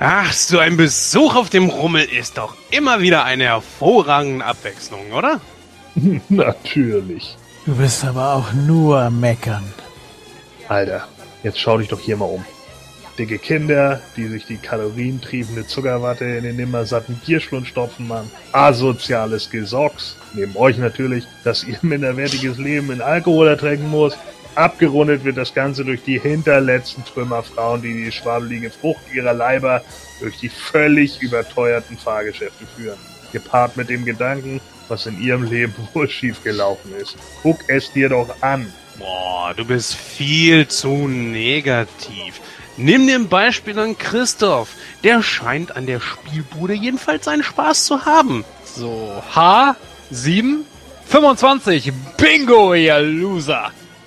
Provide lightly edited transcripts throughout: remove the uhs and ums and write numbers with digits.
Ach, so ein Besuch auf dem Rummel ist doch immer wieder eine hervorragende Abwechslung, oder? Natürlich. Du bist aber auch nur meckern. Alter, jetzt schau dich doch hier mal um. Dicke Kinder, die sich die kalorientriebende Zuckerwatte in den nimmersatten Bierschlund stopfen, Mann. Asoziales Gesocks. Neben euch natürlich, dass ihr minderwertiges Leben in Alkohol ertränken muss. Abgerundet wird das Ganze durch die hinterletzten Trümmerfrauen, die die schwabbelige Frucht ihrer Leiber durch die völlig überteuerten Fahrgeschäfte führen. Gepaart mit dem Gedanken, was in ihrem Leben wohl schiefgelaufen ist. Guck es dir doch an. Boah, du bist viel zu negativ. Nimm dir ein Beispiel an Christoph. Der scheint an der Spielbude jedenfalls seinen Spaß zu haben. So, H725. Bingo, ihr Loser.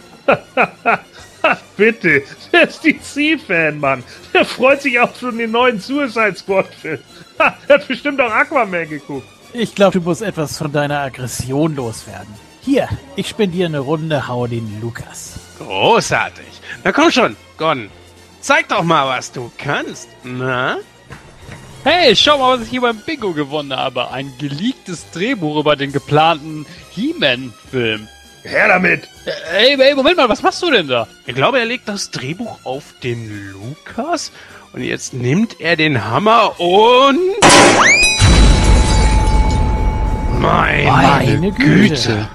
Bitte, der ist DC-Fan, Mann. Der freut sich auch schon den neuen Suicide Squad-Film. Der hat bestimmt auch Aquaman geguckt. Ich glaube, du musst etwas von deiner Aggression loswerden. Hier, ich spendiere eine Runde, hau den Lukas. Großartig. Na komm schon, Gon. Zeig doch mal, was du kannst. Na? Hey, schau mal, was ich hier beim Bingo gewonnen habe. Ein geleaktes Drehbuch über den geplanten He-Man-Film. Her damit! Ey, Moment mal, was machst du denn da? Ich glaube, er legt das Drehbuch auf den Lukas und jetzt nimmt er den Hammer und... Meine Güte!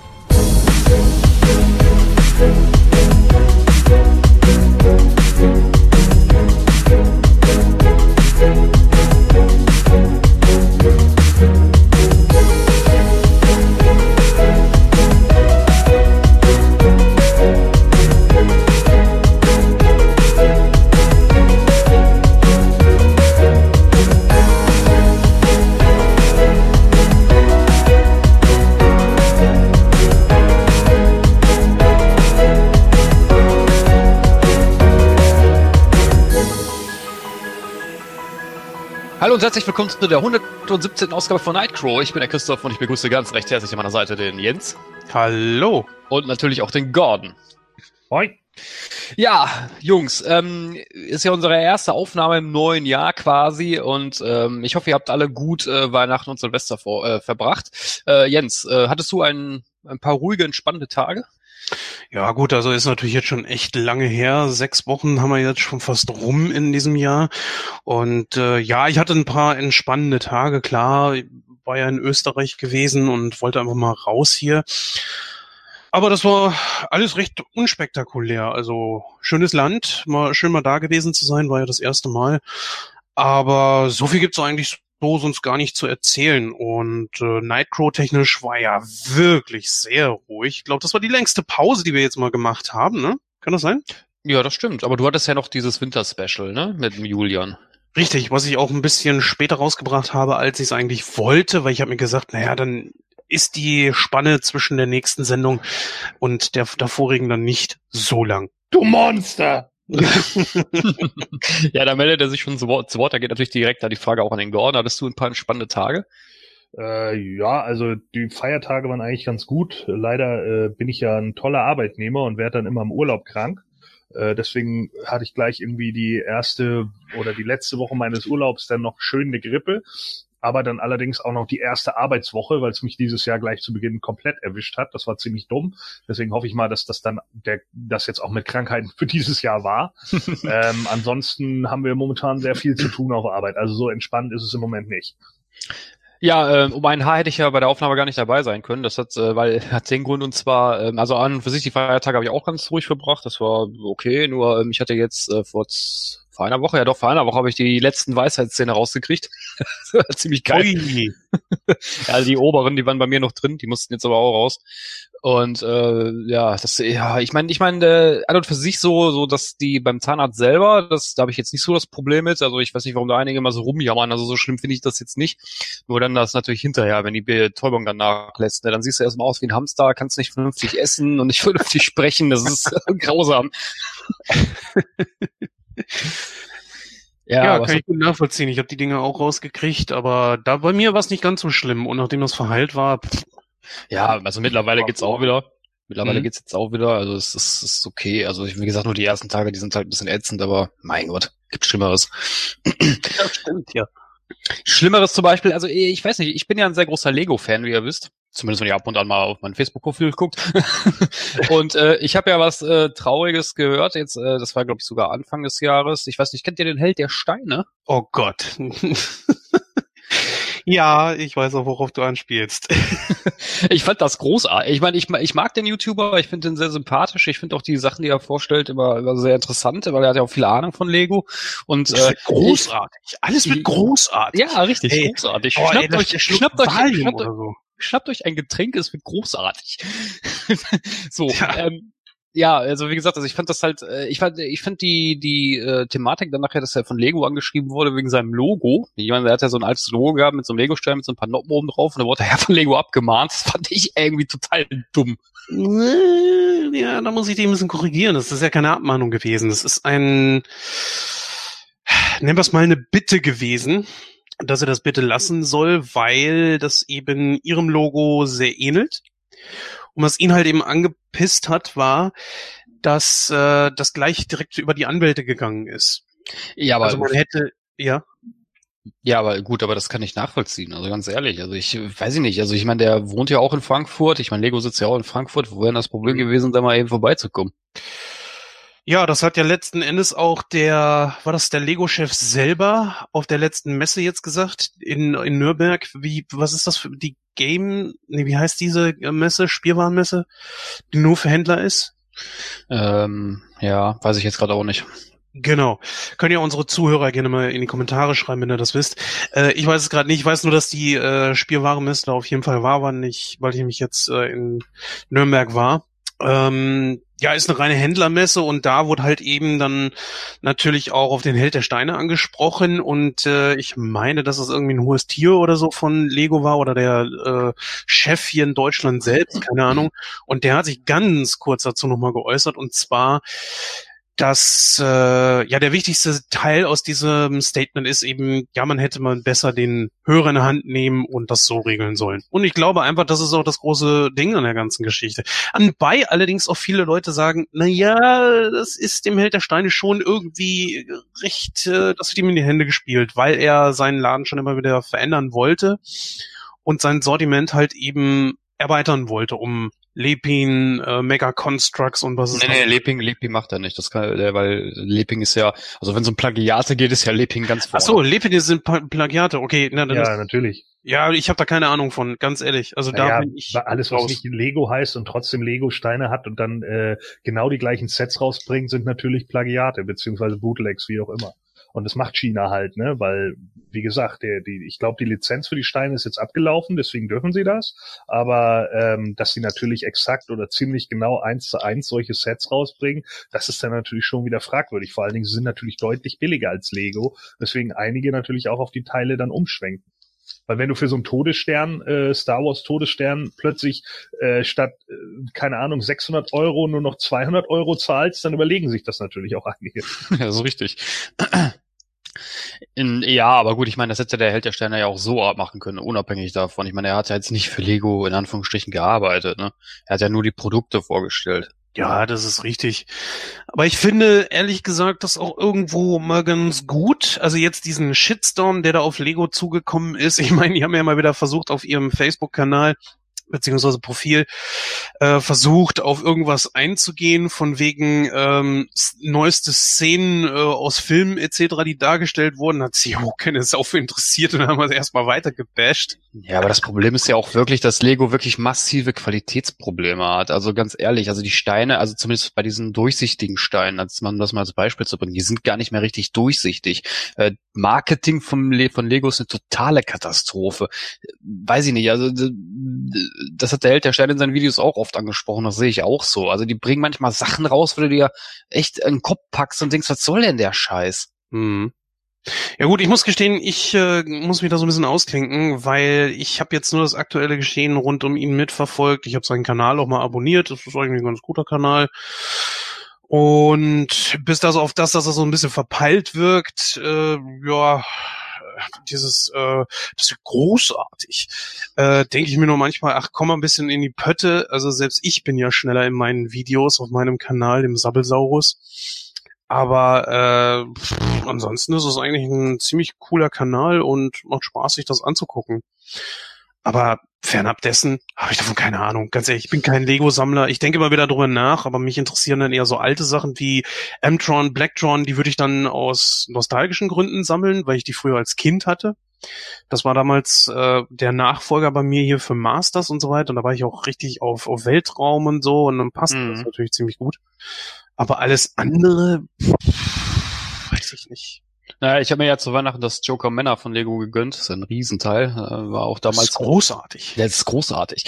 Hallo und herzlich willkommen zu der 117. Ausgabe von Nightcrow. Ich bin der Christoph und ich begrüße ganz recht herzlich an meiner Seite den Jens. Hallo. Und natürlich auch den Gordon. Moin. Ja, Jungs, ist ja unsere erste Aufnahme im neuen Jahr quasi und ich hoffe, ihr habt alle gut Weihnachten und Silvester verbracht. Jens, hattest du ein paar ruhige, entspannte Tage? Ja gut, also ist natürlich jetzt schon echt lange her. 6 Wochen haben wir jetzt schon fast rum in diesem Jahr. Und ja, ich hatte ein paar entspannende Tage, klar. Ich war ja in Österreich gewesen und wollte einfach mal raus hier. Aber das war alles recht unspektakulär. Also schönes Land, schön mal da gewesen zu sein, war ja das erste Mal. Aber so viel gibt's eigentlich so sonst gar nicht zu erzählen. Und Nightcrow-technisch war ja wirklich sehr ruhig. Ich glaube, das war die längste Pause, die wir jetzt mal gemacht haben, ne? Kann das sein? Ja, das stimmt. Aber du hattest ja noch dieses Winter-Special, ne? Mit dem Julian. Richtig, was ich auch ein bisschen später rausgebracht habe, als ich es eigentlich wollte, weil ich habe mir gesagt, naja, dann ist die Spanne zwischen der nächsten Sendung und der davorigen dann nicht so lang. Du Monster! Ja, da meldet er sich schon zu Wort. Da geht natürlich direkt da die Frage auch an den Gordon. Hattest du ein paar spannende Tage? Ja, also die Feiertage waren eigentlich ganz gut. Leider bin ich ja ein toller Arbeitnehmer und werde dann immer im Urlaub krank. Deswegen hatte ich gleich irgendwie die erste oder die letzte Woche meines Urlaubs dann noch schön eine Grippe. Aber dann allerdings auch noch die erste Arbeitswoche, weil es mich dieses Jahr gleich zu Beginn komplett erwischt hat. Das war ziemlich dumm. Deswegen hoffe ich mal, dass das dann das jetzt auch mit Krankheiten für dieses Jahr war. Ansonsten haben wir momentan sehr viel zu tun auf Arbeit. Also so entspannt ist es im Moment nicht. Ja, um ein Haar hätte ich ja bei der Aufnahme gar nicht dabei sein können. Das hat den Grund, und zwar, also an und für sich die Feiertage habe ich auch ganz ruhig verbracht. Das war okay, nur ich hatte jetzt vor einer Woche habe ich die letzten Weisheitszähne rausgekriegt. Das war ziemlich geil. Ja, die oberen, die waren bei mir noch drin, die mussten jetzt aber auch raus. Und ich meine, an und für sich so, dass die beim Zahnarzt selber, da habe ich jetzt nicht so das Problem mit. Also ich weiß nicht, warum da einige immer so rumjammern. Also so schlimm finde ich das jetzt nicht. Nur dann das natürlich hinterher, wenn die Betäubung dann nachlässt, ne, dann siehst du erstmal aus wie ein Hamster, kannst nicht vernünftig essen und nicht vernünftig sprechen. Das ist grausam. Ja, kann ich gut nachvollziehen. Ich habe die Dinge auch rausgekriegt, aber da bei mir war es nicht ganz so schlimm. Und nachdem das verheilt war... Ja, also mittlerweile geht's auch wieder. Mittlerweile geht's jetzt auch wieder, also es ist okay. Also wie gesagt, nur die ersten Tage, die sind halt ein bisschen ätzend, aber mein Gott, gibt Schlimmeres. Das stimmt, ja. Schlimmeres zum Beispiel, also ich weiß nicht, ich bin ja ein sehr großer Lego-Fan, wie ihr wisst. Zumindest wenn ihr ab und an mal auf mein Facebook-Profil guckt. Und ich habe ja was Trauriges gehört, jetzt, das war glaube ich sogar Anfang des Jahres. Ich weiß nicht, kennt ihr den Held der Steine? Oh Gott. Ja, ich weiß auch, worauf du anspielst. Ich fand das großartig. Ich meine, ich mag den YouTuber, ich finde den sehr sympathisch. Ich finde auch die Sachen, die er vorstellt, immer sehr interessant, weil er hat ja auch viel Ahnung von Lego. Und Das wird großartig. Alles wird großartig. Ja, richtig, Ey, großartig. Schnappt euch ein Getränk, es wird großartig. So, ja. Ja, also wie gesagt, also ich fand das halt, ich fand die Thematik dann nachher, dass er von Lego angeschrieben wurde wegen seinem Logo. Ich meine, er hat ja so ein altes Logo gehabt mit so einem Lego-Stein mit so ein paar Noppen oben drauf und da wurde er von Lego abgemahnt. Das fand ich irgendwie total dumm. Ja, da muss ich dich ein bisschen korrigieren. Das ist ja keine Abmahnung gewesen. Das ist nennen wir es mal eine Bitte gewesen, dass er das bitte lassen soll, weil das eben ihrem Logo sehr ähnelt. Und was ihn halt eben angepisst hat, war, dass das gleich direkt über die Anwälte gegangen ist. Ja, aber also man hätte, ja. Ja, aber gut, aber das kann ich nachvollziehen, also ganz ehrlich. Also ich weiß nicht, also ich meine, der wohnt ja auch in Frankfurt. Ich meine, Lego sitzt ja auch in Frankfurt. Wo wäre das Problem gewesen, da mal eben vorbeizukommen? Ja, das hat ja letzten Endes auch war das der Lego-Chef selber auf der letzten Messe jetzt gesagt, in Nürnberg. Was ist das für die wie heißt diese Messe, Spielwarenmesse, die nur für Händler ist? Ja, weiß ich jetzt gerade auch nicht. Genau. Können ja unsere Zuhörer gerne mal in die Kommentare schreiben, wenn ihr das wisst. Ich weiß es gerade nicht. Ich weiß nur, dass die Spielwarenmesse da auf jeden Fall war, weil ich nämlich jetzt in Nürnberg war. Ja, ist eine reine Händlermesse und da wurde halt eben dann natürlich auch auf den Held der Steine angesprochen und ich meine, dass es irgendwie ein hohes Tier oder so von Lego war oder der Chef hier in Deutschland selbst, keine Ahnung. Und der hat sich ganz kurz dazu nochmal geäußert und zwar, dass ja der wichtigste Teil aus diesem Statement ist eben, ja, man hätte mal besser den Hörer in der Hand nehmen und das so regeln sollen. Und ich glaube einfach, das ist auch das große Ding an der ganzen Geschichte. Anbei allerdings auch viele Leute sagen, na ja, das ist dem Held der Steine schon irgendwie recht, das wird ihm in die Hände gespielt, weil er seinen Laden schon immer wieder verändern wollte und sein Sortiment halt eben erweitern wollte, um Lepin, Mega Constructs und was ist Nee, Leping macht er nicht. Das kann, weil Leping ist ja, also wenn es um Plagiate geht, ist ja Leping ganz vorne. Ach so, Lepin sind Plagiate, okay. Na, dann ja, natürlich. Ja, ich habe da keine Ahnung von, ganz ehrlich. Also da bin ich alles, was nicht Lego heißt und trotzdem Lego-Steine hat und dann genau die gleichen Sets rausbringt, sind natürlich Plagiate, beziehungsweise Bootlegs, wie auch immer. Und das macht China halt, ne, weil, wie gesagt, ich glaube, die Lizenz für die Steine ist jetzt abgelaufen, deswegen dürfen sie das. Aber dass sie natürlich exakt oder ziemlich genau 1:1 solche Sets rausbringen, das ist dann natürlich schon wieder fragwürdig. Vor allen Dingen, sie sind natürlich deutlich billiger als Lego, weswegen einige natürlich auch auf die Teile dann umschwenken. Weil wenn du für so einen Todesstern, Star Wars Todesstern, plötzlich statt, keine Ahnung, 600 € nur noch 200 € zahlst, dann überlegen sich das natürlich auch einige. Ja, so richtig. Ja, aber gut, ich meine, das hätte der Held der Steine ja auch so machen können, unabhängig davon. Ich meine, er hat ja jetzt nicht für Lego in Anführungsstrichen gearbeitet, ne? Er hat ja nur die Produkte vorgestellt. Ja, das ist richtig. Aber ich finde, ehrlich gesagt, das auch irgendwo mal ganz gut. Also jetzt diesen Shitstorm, der da auf Lego zugekommen ist. Ich meine, die haben ja mal wieder versucht, auf ihrem Facebook-Kanal beziehungsweise Profil versucht, auf irgendwas einzugehen, von wegen neueste Szenen aus Filmen etc., die dargestellt wurden, hat sich auch keine Sau für interessiert und dann haben wir erstmal weiter gebasht. Ja, aber das Problem ist ja auch wirklich, dass Lego wirklich massive Qualitätsprobleme hat. Also ganz ehrlich, also die Steine, also zumindest bei diesen durchsichtigen Steinen, als man das mal als Beispiel zu bringen, die sind gar nicht mehr richtig durchsichtig. Marketing von Lego ist eine totale Katastrophe. Weiß ich nicht, also das hat der Held der Steine in seinen Videos auch oft angesprochen, das sehe ich auch so. Also die bringen manchmal Sachen raus, wo du dir echt in den Kopf packst und denkst, was soll denn der Scheiß? Hm. Ja gut, ich muss gestehen, ich muss mich da so ein bisschen ausklinken, weil ich habe jetzt nur das aktuelle Geschehen rund um ihn mitverfolgt. Ich habe seinen Kanal auch mal abonniert, das ist eigentlich ein ganz guter Kanal. Und bis das auf das, dass er so ein bisschen verpeilt wirkt, ja, das ist großartig. Denke ich mir nur manchmal, ach, komm mal ein bisschen in die Pötte. Also selbst ich bin ja schneller in meinen Videos auf meinem Kanal, dem Sabbelsaurus. Aber ansonsten ist es eigentlich ein ziemlich cooler Kanal und macht Spaß, sich das anzugucken. Aber fernab dessen habe ich davon keine Ahnung. Ganz ehrlich, ich bin kein Lego-Sammler. Ich denke immer wieder drüber nach, aber mich interessieren dann eher so alte Sachen wie M-Tron, Blacktron. Die würde ich dann aus nostalgischen Gründen sammeln, weil ich die früher als Kind hatte. Das war damals der Nachfolger bei mir hier für Masters und so weiter. Und da war ich auch richtig auf Weltraum und so. Und dann passt das natürlich ziemlich gut. Aber alles andere, weiß ich nicht. Naja, ich habe mir ja zu Weihnachten das Joker Männer von Lego gegönnt. Das ist ein Riesenteil. War auch damals. Das ist großartig. Ja, das ist großartig.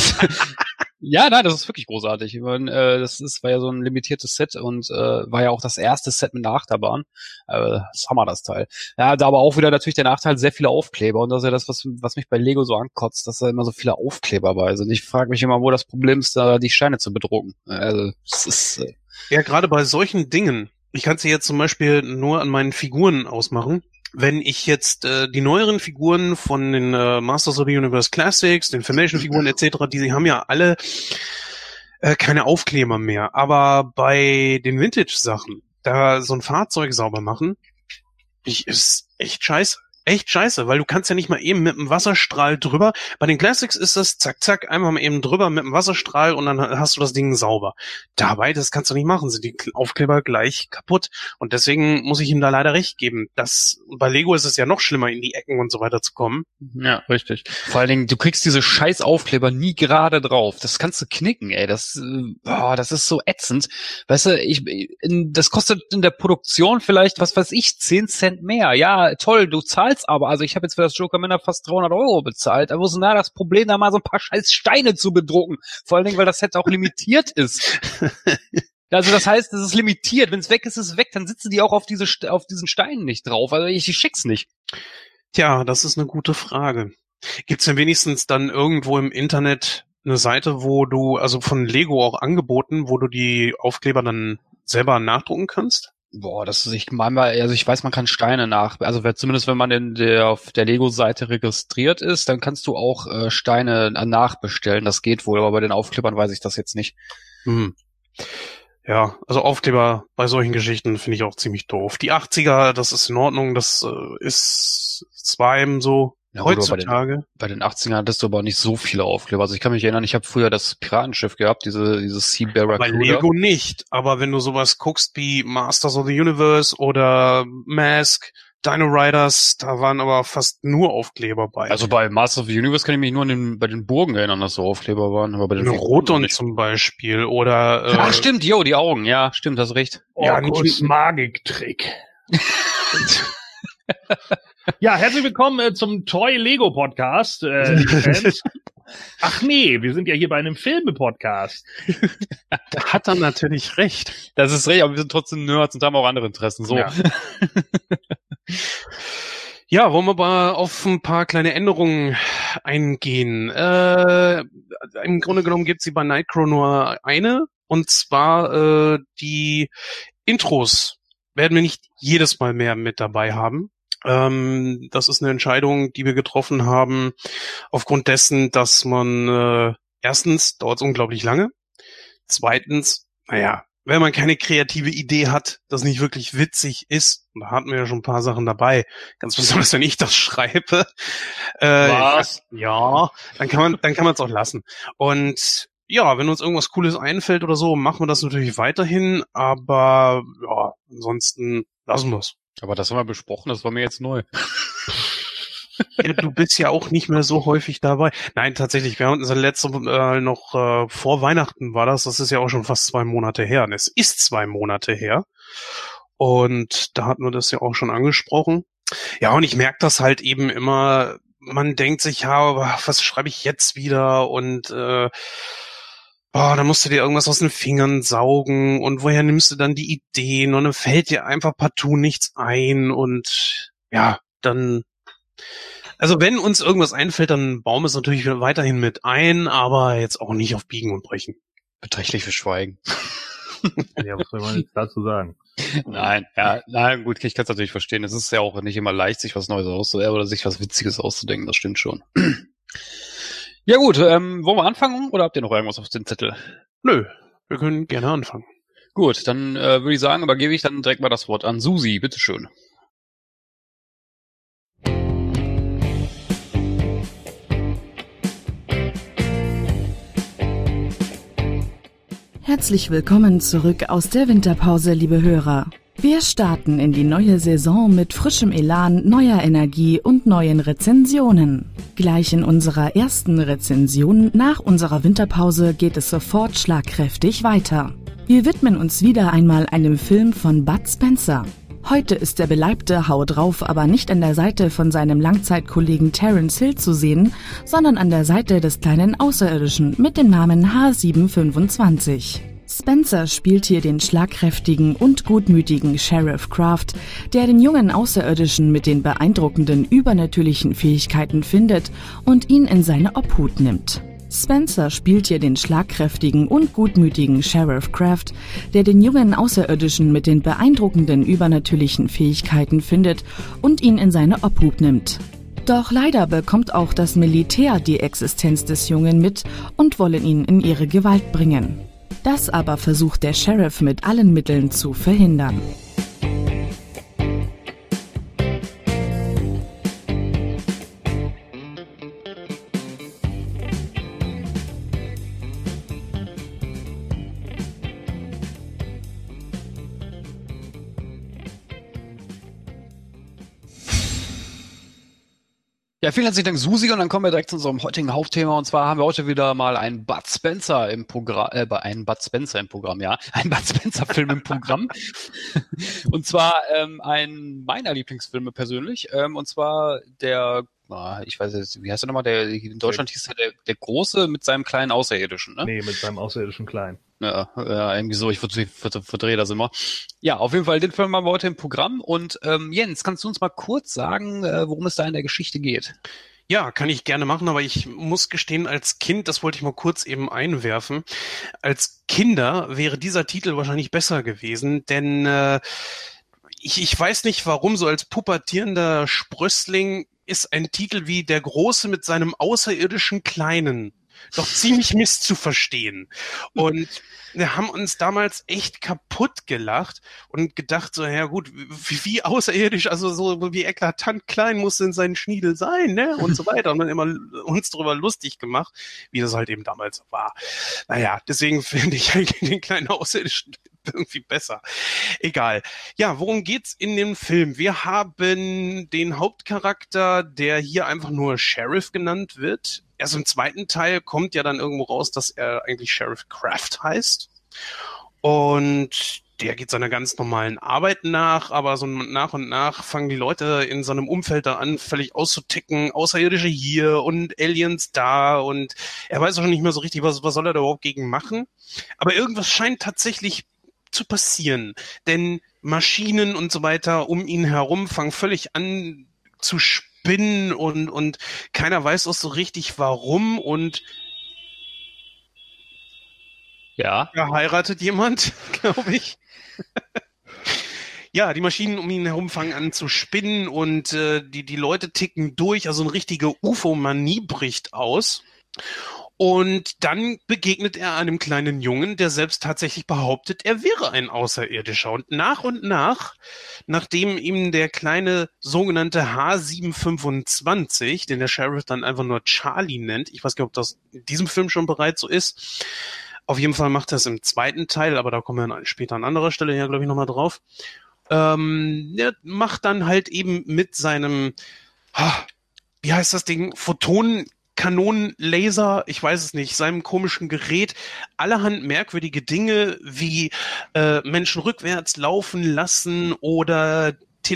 Ja, nein, das ist wirklich großartig. Ich meine, war ja so ein limitiertes Set und war ja auch das erste Set mit einer Achterbahn. Das ist Hammer, das Teil. Ja, da aber auch wieder natürlich der Nachteil, sehr viele Aufkleber. Und das ist ja das, was mich bei Lego so ankotzt, dass da immer so viele Aufkleber bei sind. Ich frage mich immer, wo das Problem ist, da die Steine zu bedrucken. Also, das ist... Ja, gerade bei solchen Dingen. Ich kann sie jetzt zum Beispiel nur an meinen Figuren ausmachen. Wenn ich jetzt die neueren Figuren von den Masters of the Universe Classics, den Filmation-Figuren etc., die haben ja alle keine Aufkleber mehr. Aber bei den Vintage-Sachen, da so ein Fahrzeug sauber machen, ist echt scheiße. Echt scheiße, weil du kannst ja nicht mal eben mit dem Wasserstrahl drüber. Bei den Classics ist das zack, zack, einmal mal eben drüber mit dem Wasserstrahl und dann hast du das Ding sauber. Dabei, das kannst du nicht machen, sind die Aufkleber gleich kaputt. Und deswegen muss ich ihm da leider recht geben. Bei Lego ist es ja noch schlimmer, in die Ecken und so weiter zu kommen. Ja, richtig. Vor allen Dingen, du kriegst diese scheiß Aufkleber nie gerade drauf. Das kannst du knicken, ey. Das ist so ätzend. Weißt du, das kostet in der Produktion vielleicht, was weiß ich, 10 Cent mehr. Ja, toll, du zahlst aber, also ich habe jetzt für das Joker Männer fast 300 € bezahlt. Da wo ist denn da das Problem, da mal so ein paar scheiß Steine zu bedrucken? Vor allen Dingen, weil das Set auch limitiert ist. Also das heißt, es ist limitiert. Wenn es weg ist, ist es weg. Dann sitzen die auch auf diesen Steinen nicht drauf. Also ich schick's nicht. Tja, das ist eine gute Frage. Gibt's denn wenigstens dann irgendwo im Internet eine Seite, wo du, also von Lego auch angeboten, wo du die Aufkleber dann selber nachdrucken kannst? Boah, also ich weiß, man kann Steine zumindest wenn man auf der Lego-Seite registriert ist, dann kannst du auch Steine nachbestellen. Das geht wohl, aber bei den Aufklebern weiß ich das jetzt nicht. Ja, also Aufkleber bei solchen Geschichten finde ich auch ziemlich doof. Die 80er, das ist in Ordnung, das ist zwar eben so ja, heutzutage. Bei den 80ern hattest du aber nicht so viele Aufkleber. Also ich kann mich erinnern, ich habe früher das Piratenschiff gehabt, dieses Sea Barracuda. Bei Lego nicht, aber wenn du sowas guckst wie Masters of the Universe oder Mask, Dino Riders, da waren aber fast nur Aufkleber bei. Also bei Masters of the Universe kann ich mich nur bei den Burgen erinnern, dass so Aufkleber waren. Aber bei den Roton zum Beispiel oder... Ach stimmt, die Augen, ja, stimmt, hast recht. Ja, nicht Magiktrick. Ja, herzlich willkommen zum Toy Lego Podcast, liebe Fans. Ach nee, wir sind ja hier bei einem Filme-Podcast. Da hat er natürlich recht. Das ist recht, aber wir sind trotzdem Nerds und haben auch andere Interessen. So. Ja. Ja, wollen wir mal auf ein paar kleine Änderungen eingehen. Im Grunde genommen gibt's sie bei Nightcrow nur eine, und zwar die Intros werden wir nicht jedes Mal mehr mit dabei haben. Das ist eine Entscheidung, die wir getroffen haben, aufgrund dessen, dass man erstens dauert es unglaublich lange, zweitens, wenn man keine kreative Idee hat, das nicht wirklich witzig ist, und da hatten wir ja schon ein paar Sachen dabei, ganz besonders wenn ich das schreibe, Was? Ja, dann kann man es auch lassen. Und ja, wenn uns irgendwas Cooles einfällt oder so, machen wir das natürlich weiterhin, aber ja, ansonsten lassen wir es. Aber das haben wir besprochen, das war mir jetzt neu. Ja, du bist ja auch nicht mehr so häufig dabei. Nein, tatsächlich, wir haben unser letztes noch vor Weihnachten war das ist ja auch schon fast 2 Monate her. Und es ist 2 Monate her. Und da hatten wir das ja auch schon angesprochen. Ja, und ich merke das halt eben immer, man denkt sich, ja, was schreibe ich jetzt wieder? Und da musst du dir irgendwas aus den Fingern saugen und woher nimmst du dann die Ideen und dann fällt dir einfach partout nichts ein und ja, dann, also wenn uns irgendwas einfällt, dann bauen wir es natürlich weiterhin mit ein, aber jetzt auch nicht auf Biegen und Brechen. Beträchtlich für Schweigen. Ja, was soll man jetzt dazu sagen? Nein, gut, ich kann es natürlich verstehen. Es ist ja auch nicht immer leicht, sich was Neues auszudenken oder sich was Witziges auszudenken, das stimmt schon. Ja gut, wollen wir anfangen oder habt ihr noch irgendwas auf den Zettel? Nö, wir können gerne anfangen. Gut, dann würde ich sagen, übergebe ich dann direkt mal das Wort an Susi, bitteschön. Herzlich willkommen zurück aus der Winterpause, liebe Hörer. Wir starten in die neue Saison mit frischem Elan, neuer Energie und neuen Rezensionen. Gleich in unserer ersten Rezension nach unserer Winterpause geht es sofort schlagkräftig weiter. Wir widmen uns wieder einmal einem Film von Bud Spencer. Heute ist der beleibte Hau drauf aber nicht an der Seite von seinem Langzeitkollegen Terence Hill zu sehen, sondern an der Seite des kleinen Außerirdischen mit dem Namen H725. Spencer spielt hier den schlagkräftigen und gutmütigen Sheriff Kraft, der den jungen Außerirdischen mit den beeindruckenden übernatürlichen Fähigkeiten findet und ihn in seine Obhut nimmt. Spencer spielt hier den schlagkräftigen und gutmütigen Sheriff Kraft, der den jungen Außerirdischen mit den beeindruckenden übernatürlichen Fähigkeiten findet und ihn in seine Obhut nimmt. Doch leider bekommt auch das Militär die Existenz des Jungen mit und wollen ihn in ihre Gewalt bringen. Das aber versucht der Sheriff mit allen Mitteln zu verhindern. Ja, vielen herzlichen Dank, Susi, und dann kommen wir direkt zu unserem heutigen Hauptthema, und zwar haben wir heute wieder mal einen Bud Spencer im Programm, einen Bud Spencer Film im Programm. Und zwar einen meiner Lieblingsfilme persönlich, und zwar ich weiß jetzt, wie heißt der nochmal, in Deutschland hieß der Große mit seinem kleinen Außerirdischen, ne? Nee, mit seinem außerirdischen Kleinen. Ja, irgendwie so, ich verdrehe das immer. Ja, auf jeden Fall, den Film haben wir heute im Programm. Und Jens, kannst du uns mal kurz sagen, worum es da in der Geschichte geht? Ja, kann ich gerne machen, aber ich muss gestehen, als Kind, das wollte ich mal kurz eben einwerfen, als Kinder wäre dieser Titel wahrscheinlich besser gewesen, denn ich weiß nicht warum, so als pubertierender Sprössling ist ein Titel wie Der Große mit seinem außerirdischen Kleinen doch ziemlich misszuverstehen. Und wir haben uns damals echt kaputt gelacht und gedacht so, ja gut, wie außerirdisch, also so wie eklatant klein muss denn sein Schniedel sein, ne? Und so weiter. Und dann immer uns darüber lustig gemacht, wie das halt eben damals war. Naja, deswegen finde ich eigentlich den kleinen Außerirdischen irgendwie besser. Egal. Ja, worum geht's in dem Film? Wir haben den Hauptcharakter, der hier einfach nur Sheriff genannt wird. Erst im zweiten Teil kommt ja dann irgendwo raus, dass er eigentlich Sheriff Kraft heißt. Und der geht seiner ganz normalen Arbeit nach, aber so nach und nach fangen die Leute in seinem Umfeld da an, völlig auszuticken, Außerirdische hier und Aliens da, und er weiß auch nicht mehr so richtig, was soll er da überhaupt gegen machen. Aber irgendwas scheint tatsächlich zu passieren, denn Maschinen und so weiter um ihn herum fangen völlig an zu spinnen und keiner weiß auch so richtig warum, und ja, da heiratet jemand, glaube ich. Ja, die Maschinen um ihn herum fangen an zu spinnen und die Leute ticken durch, also eine richtige UFO-Manie bricht aus. Und dann begegnet er einem kleinen Jungen, der selbst tatsächlich behauptet, er wäre ein Außerirdischer. Und nach, nachdem ihm der kleine sogenannte H725, den der Sheriff dann einfach nur Charlie nennt, ich weiß gar nicht, ob das in diesem Film schon bereits so ist, auf jeden Fall macht er es im zweiten Teil, aber da kommen wir dann später an anderer Stelle ja, glaube ich, nochmal drauf. Er macht dann halt eben mit seinem, wie heißt das Ding, Photonenkanonenlaser, ich weiß es nicht, seinem komischen Gerät, allerhand merkwürdige Dinge wie Menschen rückwärts laufen lassen oder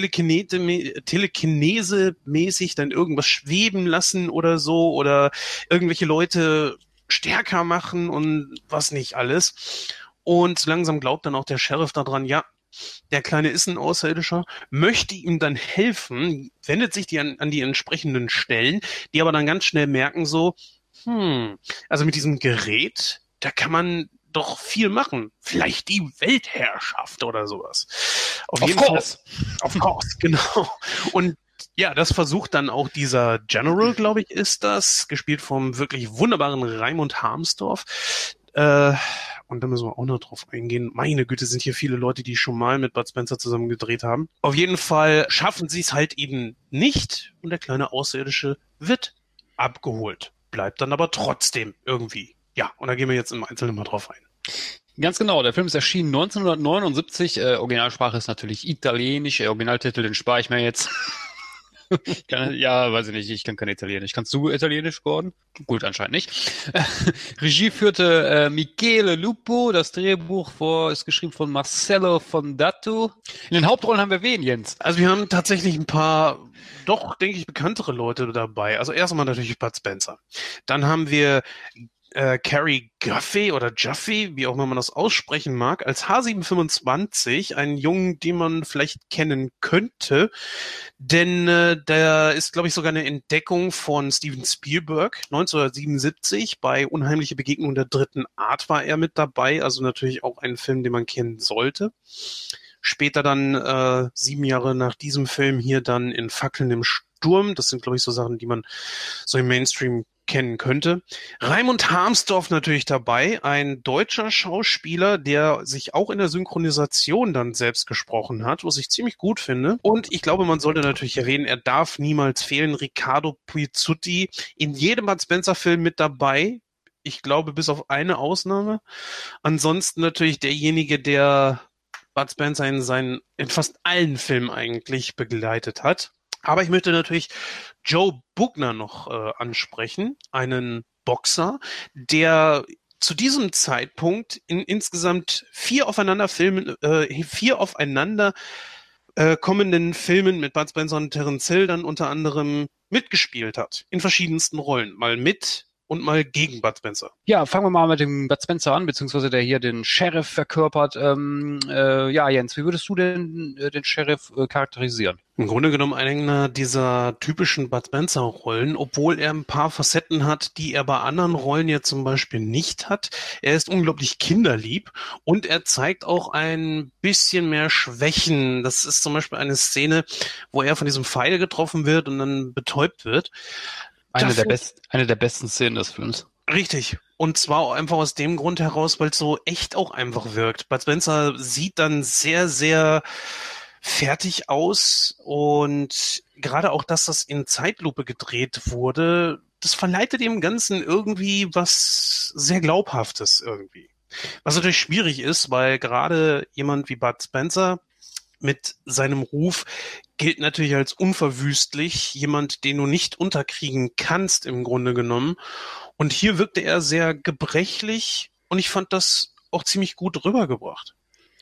Telekinese-mäßig dann irgendwas schweben lassen oder so, oder irgendwelche Leute stärker machen und was nicht alles. Und so langsam glaubt dann auch der Sheriff daran, ja, der Kleine ist ein Außerirdischer, möchte ihm dann helfen, wendet sich an die entsprechenden Stellen, die aber dann ganz schnell merken so, also mit diesem Gerät, da kann man doch viel machen. Vielleicht die Weltherrschaft oder sowas. Auf Of jeden course. Fall. Of course, genau. Und ja, das versucht dann auch dieser General, glaube ich, ist das, gespielt vom wirklich wunderbaren Raimund Harmsdorf. Und da müssen wir auch noch drauf eingehen. Meine Güte, sind hier viele Leute, die schon mal mit Bud Spencer zusammen gedreht haben. Auf jeden Fall schaffen sie es halt eben nicht und der kleine Außerirdische wird abgeholt. Bleibt dann aber trotzdem irgendwie. Ja, und da gehen wir jetzt im Einzelnen mal drauf ein. Ganz genau, der Film ist erschienen 1979. Originalsprache ist natürlich Italienisch. Originaltitel, den spare ich mir jetzt. Weiß ich nicht, ich kann kein Italienisch. Kannst du Italienisch, Gordon? Gut, anscheinend nicht. Regie führte Michele Lupo, das Drehbuch ist geschrieben von Marcello Fondato. In den Hauptrollen haben wir wen, Jens? Also wir haben tatsächlich ein paar, doch, denke ich, bekanntere Leute dabei. Also erst einmal natürlich Bud Spencer. Dann haben wir Cary Guffey oder Juffy, wie auch immer man das aussprechen mag, als H725, einen Jungen, den man vielleicht kennen könnte, denn der ist, glaube ich, sogar eine Entdeckung von Steven Spielberg. 1977 bei Unheimliche Begegnung der dritten Art war er mit dabei, also natürlich auch ein Film, den man kennen sollte. Später dann 7 Jahre nach diesem Film hier dann in Fackeln im Sturm. Das sind, glaube ich, so Sachen, die man so im Mainstream kennen könnte. Raimund Harmsdorf natürlich dabei, ein deutscher Schauspieler, der sich auch in der Synchronisation dann selbst gesprochen hat, was ich ziemlich gut finde. Und ich glaube, man sollte natürlich erwähnen, er darf niemals fehlen, Riccardo Pizzuti, in jedem Bud Spencer-Film mit dabei. Ich glaube, bis auf eine Ausnahme. Ansonsten natürlich derjenige, der Bud Spencer in fast allen Filmen eigentlich begleitet hat. Aber ich möchte natürlich Joe Bugner noch ansprechen, einen Boxer, der zu diesem Zeitpunkt in insgesamt 4 aufeinander kommenden Filmen mit Bud Spencer und Terence Hill dann unter anderem mitgespielt hat. In verschiedensten Rollen. Mal mit und mal gegen Bud Spencer. Ja, fangen wir mal mit dem Bud Spencer an, beziehungsweise der hier den Sheriff verkörpert. Jens, wie würdest du denn den Sheriff charakterisieren? Im Grunde genommen einer dieser typischen Bud Spencer-Rollen, obwohl er ein paar Facetten hat, die er bei anderen Rollen ja zum Beispiel nicht hat. Er ist unglaublich kinderlieb und er zeigt auch ein bisschen mehr Schwächen. Das ist zum Beispiel eine Szene, wo er von diesem Pfeil getroffen wird und dann betäubt wird. Eine der besten Szenen des Films. Richtig. Und zwar auch einfach aus dem Grund heraus, weil es so echt auch einfach wirkt. Bud Spencer sieht dann sehr, sehr fertig aus und gerade auch, dass das in Zeitlupe gedreht wurde, das verleitet dem Ganzen irgendwie was sehr Glaubhaftes irgendwie. Was natürlich schwierig ist, weil gerade jemand wie Bud Spencer mit seinem Ruf gilt natürlich als unverwüstlich, jemand, den du nicht unterkriegen kannst im Grunde genommen. Und hier wirkte er sehr gebrechlich und ich fand das auch ziemlich gut rübergebracht.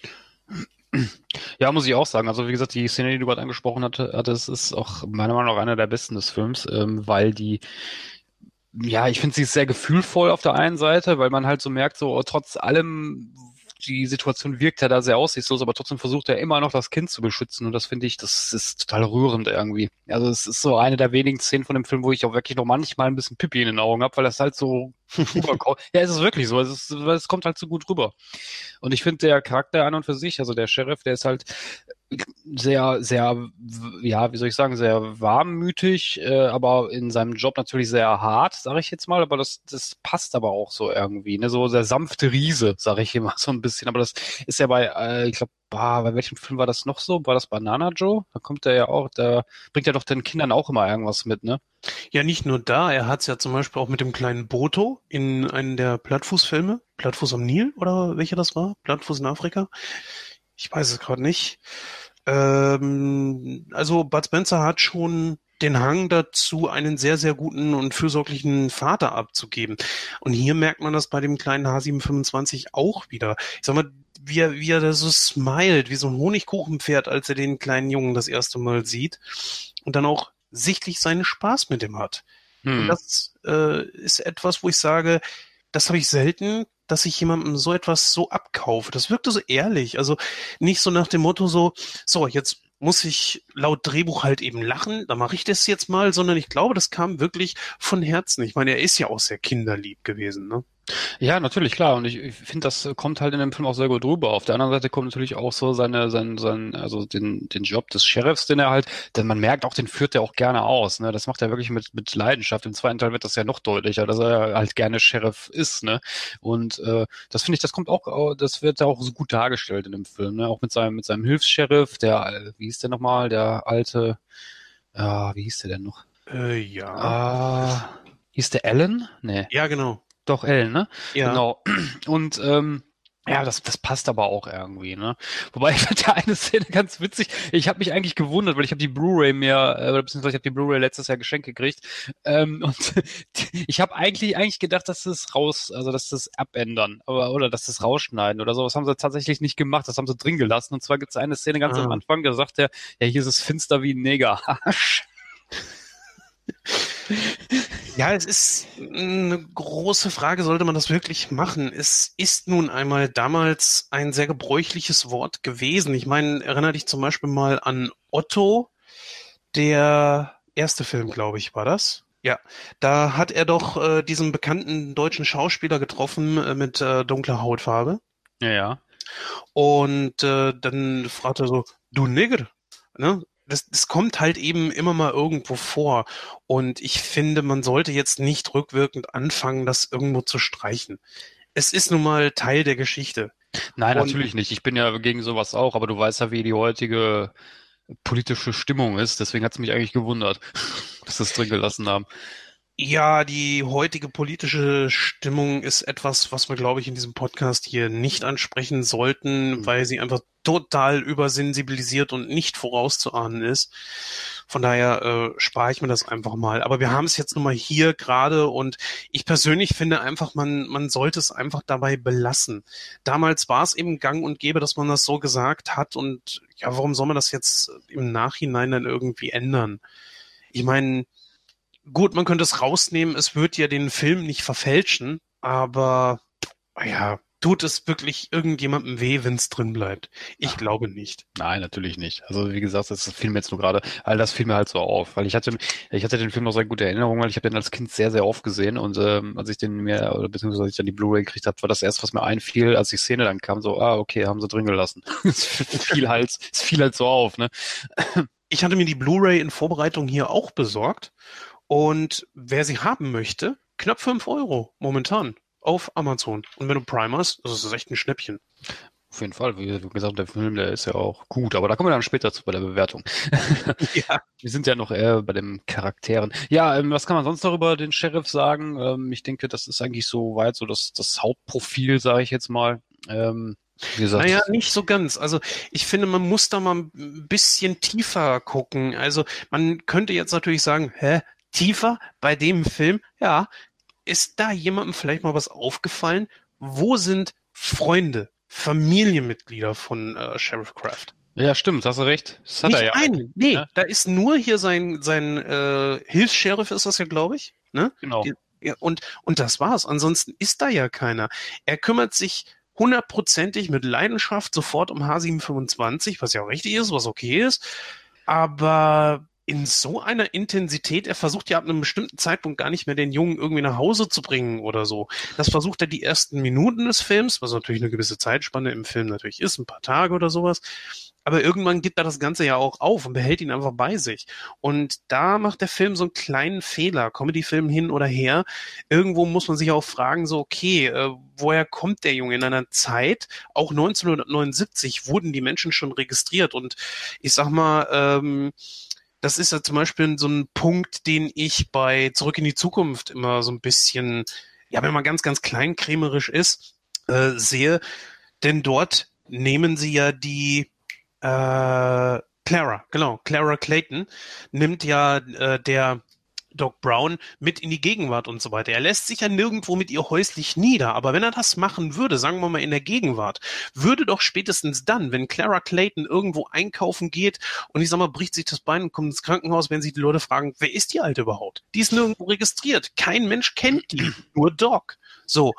Ja, muss ich auch sagen. Also wie gesagt, die Szene, die du gerade angesprochen hattest, ist auch meiner Meinung nach einer der besten des Films, weil ich finde, sie ist sehr gefühlvoll auf der einen Seite, weil man halt so merkt, so trotz allem, die Situation wirkt ja da sehr aussichtslos, aber trotzdem versucht er immer noch das Kind zu beschützen und das finde ich, das ist total rührend irgendwie. Also es ist so eine der wenigen Szenen von dem Film, wo ich auch wirklich noch manchmal ein bisschen Pipi in den Augen habe, weil das halt so rüberkommt. Ja, es ist wirklich so, es kommt halt so gut rüber. Und ich finde, der Charakter an und für sich, also der Sheriff, der ist halt sehr, sehr, ja, wie soll ich sagen, sehr warmmütig, aber in seinem Job natürlich sehr hart, sage ich jetzt mal, aber das passt aber auch so irgendwie, ne, so der sanfte Riese, sage ich immer so ein bisschen, aber das ist ja ich glaube, bei welchem Film war das noch so? War das Banana Joe? Da kommt er ja auch, da bringt er doch den Kindern auch immer irgendwas mit, ne? Ja, nicht nur da, er hat's ja zum Beispiel auch mit dem kleinen Boto in einem der Plattfuß-Filme, Plattfuß am Nil oder welcher das war? Plattfuß in Afrika? Ich weiß es gerade nicht. Also Bud Spencer hat schon den Hang dazu, einen sehr, sehr guten und fürsorglichen Vater abzugeben. Und hier merkt man das bei dem kleinen H725 auch wieder. Ich sag mal, wie er da so smilet, wie so ein Honigkuchenpferd, als er den kleinen Jungen das erste Mal sieht. Und dann auch sichtlich seinen Spaß mit ihm hat. Und das ist etwas, wo ich sage, das habe ich selten, dass ich jemandem so etwas so abkaufe. Das wirkte so ehrlich. Also nicht so nach dem Motto so, jetzt muss ich laut Drehbuch halt eben lachen, da mache ich das jetzt mal, sondern ich glaube, das kam wirklich von Herzen. Ich meine, er ist ja auch sehr kinderlieb gewesen, ne? Ja, natürlich, klar. Und ich finde, das kommt halt in dem Film auch sehr gut rüber. Auf der anderen Seite kommt natürlich auch so also den Job des Sheriffs, den er halt, denn man merkt auch, den führt er auch gerne aus, ne? Das macht er wirklich mit Leidenschaft. Im zweiten Teil wird das ja noch deutlicher, dass er halt gerne Sheriff ist, ne? Und das finde ich, das wird auch so gut dargestellt in dem Film, ne? Auch mit seinem Hilfs-Sheriff, wie hieß der nochmal, der alte, wie hieß der denn noch? Ja. Hieß der Alan? Nee. Ja, genau. Doch, Ellen, ne? Ja. Genau. Und ja, das passt aber auch irgendwie, ne? Wobei ich fand ja eine Szene ganz witzig. Ich habe mich eigentlich gewundert, weil ich habe die Blu-ray oder beziehungsweise ich habe die Blu-ray letztes Jahr geschenkt gekriegt. Und ich habe eigentlich gedacht, dass dass sie es abändern, oder dass sie es rausschneiden oder so. Das haben sie tatsächlich nicht gemacht. Das haben sie drin gelassen. Und zwar gibt es eine Szene ganz am Anfang, da sagt er, ja, hier ist es finster wie ein Negerarsch. Ja, es ist eine große Frage, sollte man das wirklich machen? Es ist nun einmal damals ein sehr gebräuchliches Wort gewesen. Ich meine, erinnere dich zum Beispiel mal an Otto, der erste Film, glaube ich, war das? Ja, da hat er doch diesen bekannten deutschen Schauspieler getroffen mit dunkler Hautfarbe. Ja. Und dann fragt er so, du Nigger, ne? Das kommt halt eben immer mal irgendwo vor. Und ich finde, man sollte jetzt nicht rückwirkend anfangen, das irgendwo zu streichen. Es ist nun mal Teil der Geschichte. Nein, Und natürlich nicht. Ich bin ja gegen sowas auch, aber du weißt ja, wie die heutige politische Stimmung ist. Deswegen hat es mich eigentlich gewundert, dass sie es drin gelassen haben. ja, die heutige politische Stimmung ist etwas, was wir, glaube ich, in diesem Podcast hier nicht ansprechen sollten, weil sie einfach total übersensibilisiert und nicht vorauszuahnen ist. Von daher spare ich mir das einfach mal. Aber wir haben es jetzt nun mal hier gerade und ich persönlich finde einfach, man sollte es einfach dabei belassen. Damals war es eben gang und gäbe, dass man das so gesagt hat und ja, warum soll man das jetzt im Nachhinein dann irgendwie ändern? Ich meine, gut, man könnte es rausnehmen, es wird ja den Film nicht verfälschen, aber ja, tut es wirklich irgendjemandem weh, wenn es drin bleibt? Ich glaube nicht. Nein, natürlich nicht. Also wie gesagt, das fiel mir jetzt nur gerade, all das fiel mir halt so auf, weil ich hatte den Film noch sehr gute Erinnerungen, weil ich habe den als Kind sehr, sehr oft gesehen und als ich oder beziehungsweise als ich dann die Blu-ray gekriegt habe, war das erste, was mir einfiel, als die Szene dann kam, so, okay, haben sie drin gelassen. Es fiel halt so auf, ne? Ich hatte mir die Blu-ray in Vorbereitung hier auch besorgt und wer sie haben möchte, knapp 5 Euro momentan auf Amazon. Und wenn du Prime hast, das ist echt ein Schnäppchen. Auf jeden Fall, wie gesagt, der Film, der ist ja auch gut, aber da kommen wir dann später zu bei der Bewertung. Ja. Wir sind ja noch eher bei den Charakteren. Ja, was kann man sonst noch über den Sheriff sagen? Ich denke, das ist eigentlich so weit so das Hauptprofil, sage ich jetzt mal. Wie gesagt, naja, nicht so ganz. Also ich finde, man muss da mal ein bisschen tiefer gucken. Also man könnte jetzt natürlich sagen, tiefer bei dem Film? Ja, ist da jemandem vielleicht mal was aufgefallen? Wo sind Freunde, Familienmitglieder von Sheriff Kraft? ja, stimmt, hast du recht. Das hat Nicht er ja. einen. Nee, Ja? da ist nur hier sein Hilfs-Sheriff ist das ja, glaube ich. Ne? Genau. Ja, und das war's. Ansonsten ist da ja keiner. Er kümmert sich hundertprozentig mit Leidenschaft sofort um H725, was ja auch richtig ist, was okay ist. Aber in so einer Intensität, er versucht ja ab einem bestimmten Zeitpunkt gar nicht mehr den Jungen irgendwie nach Hause zu bringen oder so. Das versucht er die ersten Minuten des Films, was natürlich eine gewisse Zeitspanne im Film natürlich ist, ein paar Tage oder sowas. Aber irgendwann gibt er das Ganze ja auch auf und behält ihn einfach bei sich. Und da macht der Film so einen kleinen Fehler, Comedy-Film hin oder her. Irgendwo muss man sich auch fragen, so okay, woher kommt der Junge? In einer Zeit, auch 1979, wurden die Menschen schon registriert. Und ich sag mal, das ist ja zum Beispiel so ein Punkt, den ich bei Zurück in die Zukunft immer so ein bisschen, ja, wenn man ganz, ganz kleinkrämerisch ist, sehe. Denn dort nehmen sie ja die Clara Clayton nimmt ja der Doc Brown mit in die Gegenwart und so weiter. Er lässt sich ja nirgendwo mit ihr häuslich nieder, aber wenn er das machen würde, sagen wir mal in der Gegenwart, würde doch spätestens dann, wenn Clara Clayton irgendwo einkaufen geht und ich sag mal, bricht sich das Bein und kommt ins Krankenhaus, wenn sich die Leute fragen, wer ist die Alte überhaupt? Die ist nirgendwo registriert. Kein Mensch kennt die, nur Doc. So,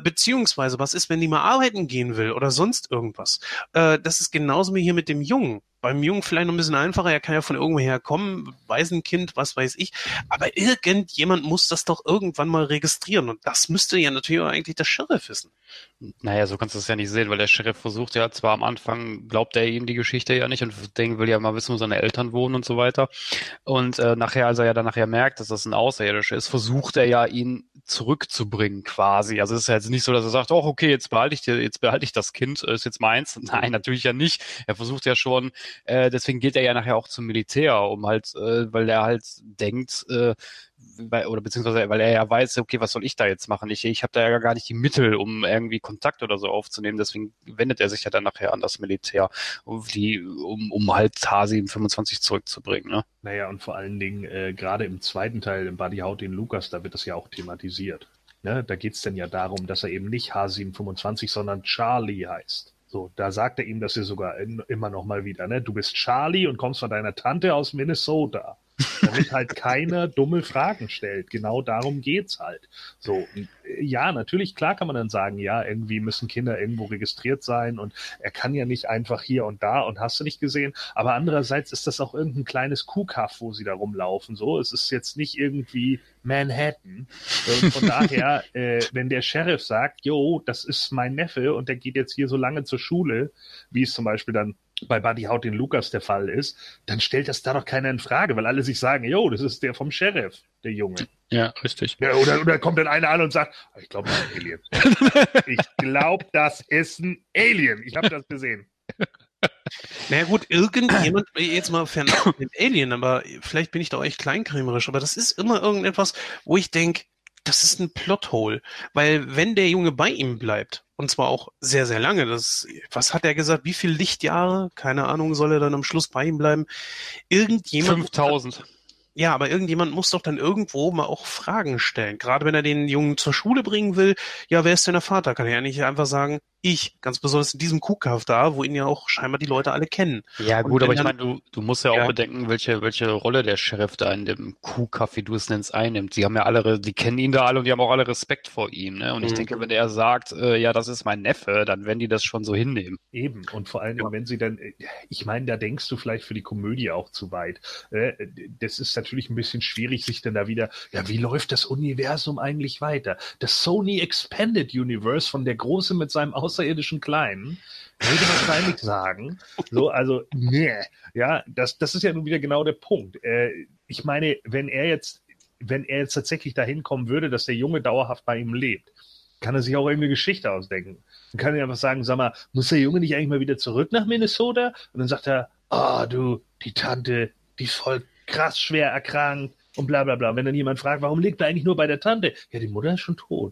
beziehungsweise, was ist, wenn die mal arbeiten gehen will oder sonst irgendwas? Das ist genauso wie hier mit dem Jungen. beim Jungen vielleicht noch ein bisschen einfacher, er kann ja von irgendwoher kommen, Waisenkind, was weiß ich, aber irgendjemand muss das doch irgendwann mal registrieren und das müsste ja natürlich auch eigentlich der Sheriff wissen. Naja, so kannst du es ja nicht sehen, weil der Sheriff versucht ja zwar am Anfang, glaubt er ihm die Geschichte ja nicht und will ja mal wissen, wo seine Eltern wohnen und so weiter. Und nachher, als er ja dann nachher merkt, dass das ein Außerirdischer ist, versucht er ja, ihn zurückzubringen quasi. Also es ist ja jetzt nicht so, dass er sagt, oh, okay, jetzt behalte ich das Kind, ist jetzt meins. Nein, natürlich ja nicht. Er versucht ja schon, deswegen geht er ja nachher auch zum Militär, um halt, weil er halt denkt, oder beziehungsweise weil er ja weiß, okay, was soll ich da jetzt machen? Ich habe da ja gar nicht die Mittel, um irgendwie Kontakt oder so aufzunehmen. Deswegen wendet er sich ja dann nachher an das Militär, um halt H725 zurückzubringen. Ne? Naja, und vor allen Dingen, gerade im zweiten Teil, im Buddy Haut den Lukas, da wird das ja auch thematisiert. Ne? Da geht's dann ja darum, dass er eben nicht H725, sondern Charlie heißt. So, da sagt er ihm das ja sogar immer noch mal wieder, ne? Du bist Charlie und kommst von deiner Tante aus Minnesota. Damit halt keiner dumme Fragen stellt. Genau darum geht's halt. So, ja, natürlich, klar kann man dann sagen, ja, irgendwie müssen Kinder irgendwo registriert sein und er kann ja nicht einfach hier und da und hast du nicht gesehen. Aber andererseits ist das auch irgendein kleines Kuhkaff, wo sie da rumlaufen. So, es ist jetzt nicht irgendwie Manhattan. Und von daher, wenn der Sheriff sagt, jo, das ist mein Neffe und der geht jetzt hier so lange zur Schule, wie es zum Beispiel dann bei Buddy Haut den Lukas der Fall ist, dann stellt das da doch keiner in Frage, weil alle sich sagen, jo, das ist der vom Sheriff, der Junge. Ja, richtig. Ja, oder kommt dann einer an und sagt, ich glaube, das ist ein Alien. Ich glaube, das ist ein Alien. Ich habe das gesehen. Naja gut, irgendjemand, jetzt mal fernab von dem Alien, aber vielleicht bin ich da auch echt kleinkrämerisch, aber das ist immer irgendetwas, wo ich denke, das ist ein Plothole, weil wenn der Junge bei ihm bleibt, und zwar auch sehr, sehr lange, was hat er gesagt, wie viele Lichtjahre, keine Ahnung, soll er dann am Schluss bei ihm bleiben, 5000. Ja, aber irgendjemand muss doch dann irgendwo mal auch Fragen stellen. Gerade wenn er den Jungen zur Schule bringen will, ja, wer ist denn der Vater? Kann er ja nicht einfach sagen, ich, ganz besonders in diesem Kuhkaff da, wo ihn ja auch scheinbar die Leute alle kennen. Ja Und gut, aber ich dann- meine, du musst ja auch bedenken, welche Rolle der Sheriff da in dem Kuhkaff, wie du es nennst, einnimmt. Die haben ja die kennen ihn da alle und die haben auch alle Respekt vor ihm. Ne? Und ich denke, wenn er sagt, ja, das ist mein Neffe, dann werden die das schon so hinnehmen. Eben, und vor allem, wenn sie dann, ich meine, da denkst du vielleicht für die Komödie auch zu weit. Das ist natürlich ein bisschen schwierig, sich dann da wieder, ja, wie läuft das Universum eigentlich weiter? Das Sony Expanded Universe von der Große mit seinem außerirdischen Kleinen, würde wahrscheinlich sagen, so, also, nee, ja, das ist ja nun wieder genau der Punkt. Ich meine, wenn er jetzt tatsächlich dahin kommen würde, dass der Junge dauerhaft bei ihm lebt, kann er sich auch irgendeine Geschichte ausdenken. Dann kann er einfach sagen, sag mal, muss der Junge nicht eigentlich mal wieder zurück nach Minnesota? Und dann sagt er, die Tante, die ist voll krass schwer erkrankt und bla bla bla. Und wenn dann jemand fragt, warum liegt er eigentlich nur bei der Tante? Ja, die Mutter ist schon tot.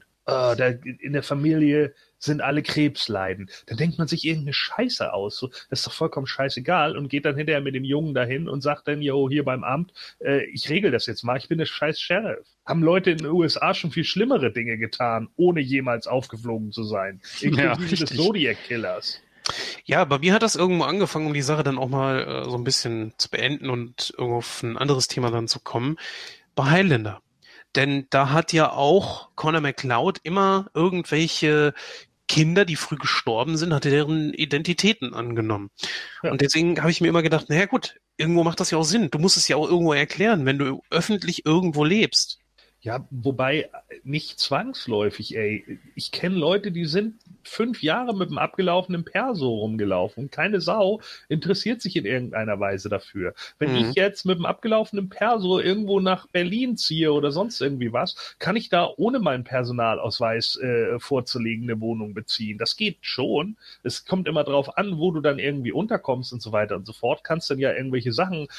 In der Familie sind alle Krebsleiden. Dann denkt man sich irgendeine Scheiße aus. So, das ist doch vollkommen scheißegal und geht dann hinterher mit dem Jungen dahin und sagt dann, jo, hier beim Amt, ich regel das jetzt mal, ich bin der scheiß Sheriff. Haben Leute in den USA schon viel schlimmere Dinge getan, ohne jemals aufgeflogen zu sein. Inklusive des Zodiac-Killers. Ja, bei mir hat das irgendwo angefangen, um die Sache dann auch mal so ein bisschen zu beenden und auf ein anderes Thema dann zu kommen. Bei Highlander. Denn da hat ja auch Connor MacLeod immer irgendwelche Kinder, die früh gestorben sind, hatte deren Identitäten angenommen. Ja. Und deswegen habe ich mir immer gedacht, naja gut, irgendwo macht das ja auch Sinn. Du musst es ja auch irgendwo erklären, wenn du öffentlich irgendwo lebst. Ja, wobei nicht zwangsläufig, ey. Ich kenne Leute, die sind 5 Jahre mit einem abgelaufenen Perso rumgelaufen und keine Sau interessiert sich in irgendeiner Weise dafür. Wenn ich jetzt mit einem abgelaufenen Perso irgendwo nach Berlin ziehe oder sonst irgendwie was, kann ich da ohne meinen Personalausweis vorzulegen eine Wohnung beziehen. Das geht schon. Es kommt immer drauf an, wo du dann irgendwie unterkommst und so weiter und so fort. Kannst dann ja irgendwelche Sachen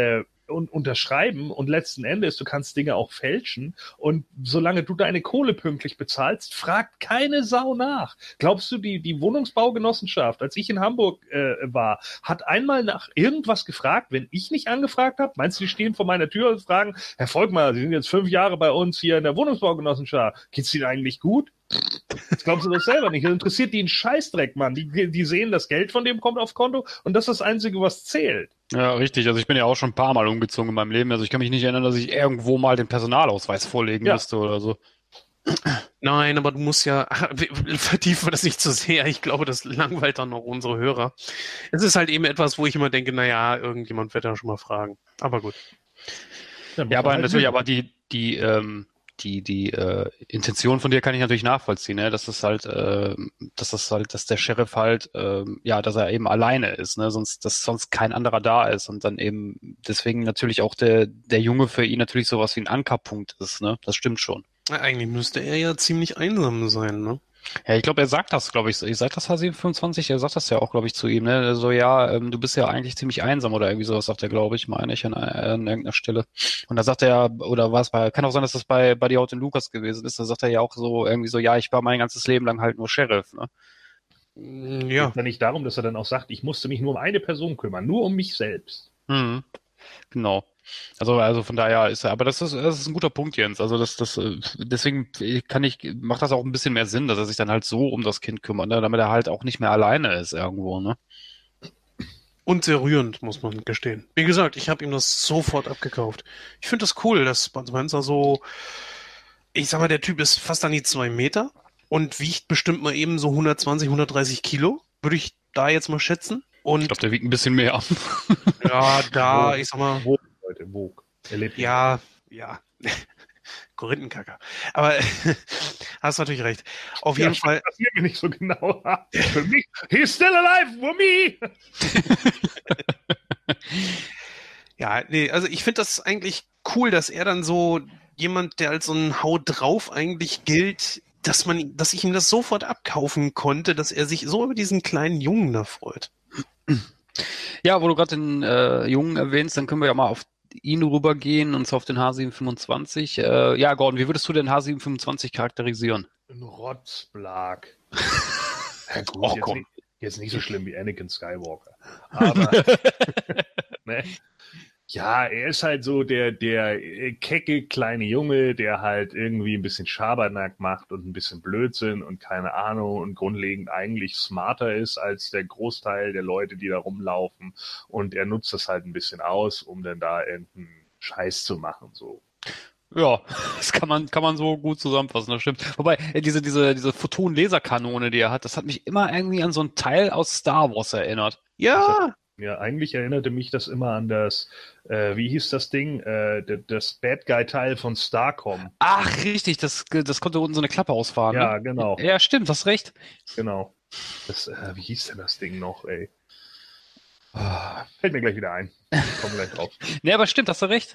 und unterschreiben und letzten Endes, du kannst Dinge auch fälschen und solange du deine Kohle pünktlich bezahlst, fragt keine Sau nach. Glaubst du, die Wohnungsbaugenossenschaft, als ich in Hamburg war, hat einmal nach irgendwas gefragt, wenn ich nicht angefragt habe? Meinst du, die stehen vor meiner Tür und fragen, Herr Volkmar, Sie sind jetzt 5 Jahre bei uns hier in der Wohnungsbaugenossenschaft, geht's Ihnen eigentlich gut? Das glaubst du doch selber nicht. Das interessiert die einen Scheißdreck, Mann. Die sehen, das Geld von dem kommt aufs Konto und das ist das Einzige, was zählt. Ja, richtig. Also ich bin ja auch schon ein paar Mal umgezogen in meinem Leben. Also ich kann mich nicht erinnern, dass ich irgendwo mal den Personalausweis vorlegen müsste oder so. Nein, aber du musst ja, vertiefen wir das nicht zu sehr. Ich glaube, das langweilt dann noch unsere Hörer. Es ist halt eben etwas, wo ich immer denke, naja, irgendjemand wird da schon mal fragen. Aber gut. Ja, aber natürlich, aber die Intention von dir kann ich natürlich nachvollziehen, ne? Dass der Sheriff halt, dass er eben alleine ist, ne? Dass sonst kein anderer da ist und dann eben deswegen natürlich auch der Junge für ihn natürlich sowas wie ein Ankerpunkt ist, ne? Das stimmt schon. Ja, eigentlich müsste er ja ziemlich einsam sein, ne? Ja, ich glaube, er sagt das, glaube ich, sagt das H725, er sagt das ja auch, glaube ich, zu ihm, ne? So, ja, du bist ja eigentlich ziemlich einsam oder irgendwie sowas, sagt er, glaube ich, meine ich, an irgendeiner Stelle. Und da sagt er, oder was kann auch sein, dass das bei Buddy Out und Lucas gewesen ist, da sagt er ja auch so, irgendwie so, ja, ich war mein ganzes Leben lang halt nur Sheriff, ne? Ja. Es geht ja nicht darum, dass er dann auch sagt, ich musste mich nur um eine Person kümmern, nur um mich selbst. Genau. Also von daher ist er, aber das ist ein guter Punkt, Jens. Also deswegen macht das auch ein bisschen mehr Sinn, dass er sich dann halt so um das Kind kümmert, ne? Damit er halt auch nicht mehr alleine ist irgendwo, ne? Und sehr rührend, muss man gestehen. Wie gesagt, ich habe ihm das sofort abgekauft. Ich finde das cool, dass Bud Spencer so, ich sag mal, der Typ ist fast an die 2 Meter und wiegt bestimmt mal eben so 120, 130 Kilo, würde ich da jetzt mal schätzen. Und ich glaube, der wiegt ein bisschen mehr. Ja, ich sag mal. Leute, Vogue. Ja. Korinthenkacker. Aber hast natürlich recht. Auf jeden Fall. Das wird mir nicht so genau. Für mich, he's still alive for me. Ja, nee, also ich finde das eigentlich cool, dass er dann so jemand, der als so ein Hau drauf eigentlich gilt, dass ich ihm das sofort abkaufen konnte, dass er sich so über diesen kleinen Jungen da freut. Ja, wo du gerade den Jungen erwähnst, dann können wir ja mal auf ihn rübergehen, und zwar auf den H725. Ja, Gordon, wie würdest du den H725 charakterisieren? Ein Rotzblag. Ja, gut, jetzt nicht so schlimm wie Anakin Skywalker. Aber ne? Ja, er ist halt so der kecke kleine Junge, der halt irgendwie ein bisschen Schabernack macht und ein bisschen Blödsinn und keine Ahnung und grundlegend eigentlich smarter ist als der Großteil der Leute, die da rumlaufen. Und er nutzt das halt ein bisschen aus, um dann da irgendeinen Scheiß zu machen, so. Ja, das kann man so gut zusammenfassen, das stimmt. Wobei, diese Photon-Laserkanone, die er hat, das hat mich immer irgendwie an so einen Teil aus Star Wars erinnert. Ja! Ja, eigentlich erinnerte mich das immer an das, wie hieß das Ding? Das Bad Guy-Teil von Starcom. Ach, richtig, das konnte unten so eine Klappe ausfahren. Ja, ne? Genau. Ja, stimmt, hast recht. Genau. Wie hieß denn das Ding noch, ey? Fällt mir gleich wieder ein. Komm gleich drauf. Nee, aber stimmt, hast du recht.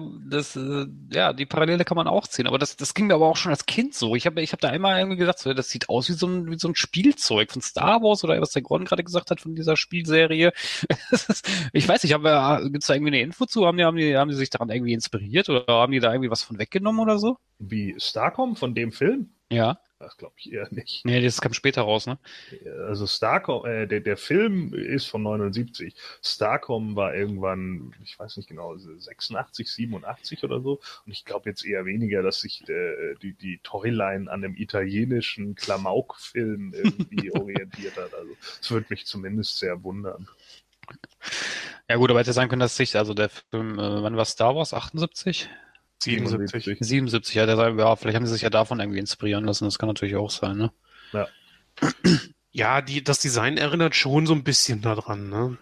Die Parallele kann man auch ziehen. Aber das ging mir aber auch schon als Kind so. Ich hab da immer irgendwie gedacht, so, das sieht aus wie so ein Spielzeug von Star Wars oder was der Gordon gerade gesagt hat von dieser Spielserie. Ich weiß nicht, gibt's da irgendwie eine Info zu? Haben die sich daran irgendwie inspiriert oder haben die da irgendwie was von weggenommen oder so? Wie Starcom von dem Film? Ja. Das glaube ich eher nicht. Nee, das kam später raus, ne? Also Starcom, der Film ist von 79. Starcom war irgendwann, ich weiß nicht genau, 86, 87 oder so. Und ich glaube jetzt eher weniger, dass sich die Storyline an dem italienischen Klamauk-Film irgendwie orientiert hat. Also es würde mich zumindest sehr wundern. Ja gut, aber hätte sein können, dass also der Film, wann war Star Wars? 78? 77, ja, vielleicht haben sie sich ja davon irgendwie inspirieren lassen, das kann natürlich auch sein, ne? Ja. Ja, das Design erinnert schon so ein bisschen daran, ne?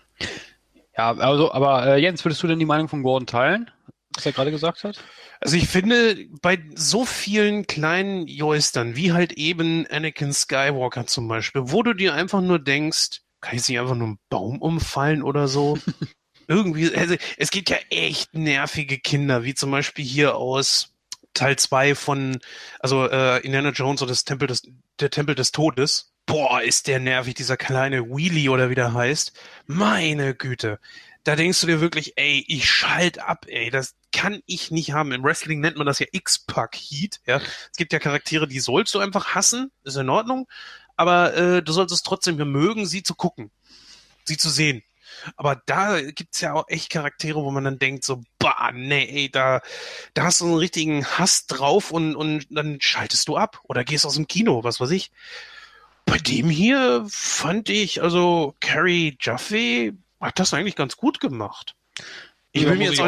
Ja, also, aber Jens, würdest du denn die Meinung von Gordon teilen, was er gerade gesagt hat? Also ich finde, bei so vielen kleinen Joistern, wie halt eben Anakin Skywalker zum Beispiel, wo du dir einfach nur denkst, kann ich nicht einfach nur einen Baum umfallen oder so? Irgendwie, also es gibt ja echt nervige Kinder, wie zum Beispiel hier aus Teil 2 von, Indiana Jones oder der Tempel des Todes. Boah, ist der nervig, dieser kleine Wheelie oder wie der heißt. Meine Güte. Da denkst du dir wirklich, ey, ich schalt ab, ey, das kann ich nicht haben. Im Wrestling nennt man das ja X-Pac Heat, ja. Es gibt ja Charaktere, die sollst du einfach hassen, ist in Ordnung, aber du solltest es trotzdem mögen, sie zu gucken, sie zu sehen. Aber da gibt's ja auch echt Charaktere, wo man dann denkt so, bah, nee, ey, da hast du einen richtigen Hass drauf und dann schaltest du ab oder gehst aus dem Kino, was weiß ich. Bei dem hier fand ich, also Carrie Jaffe hat das eigentlich ganz gut gemacht. Ich will mir jetzt auch nicht...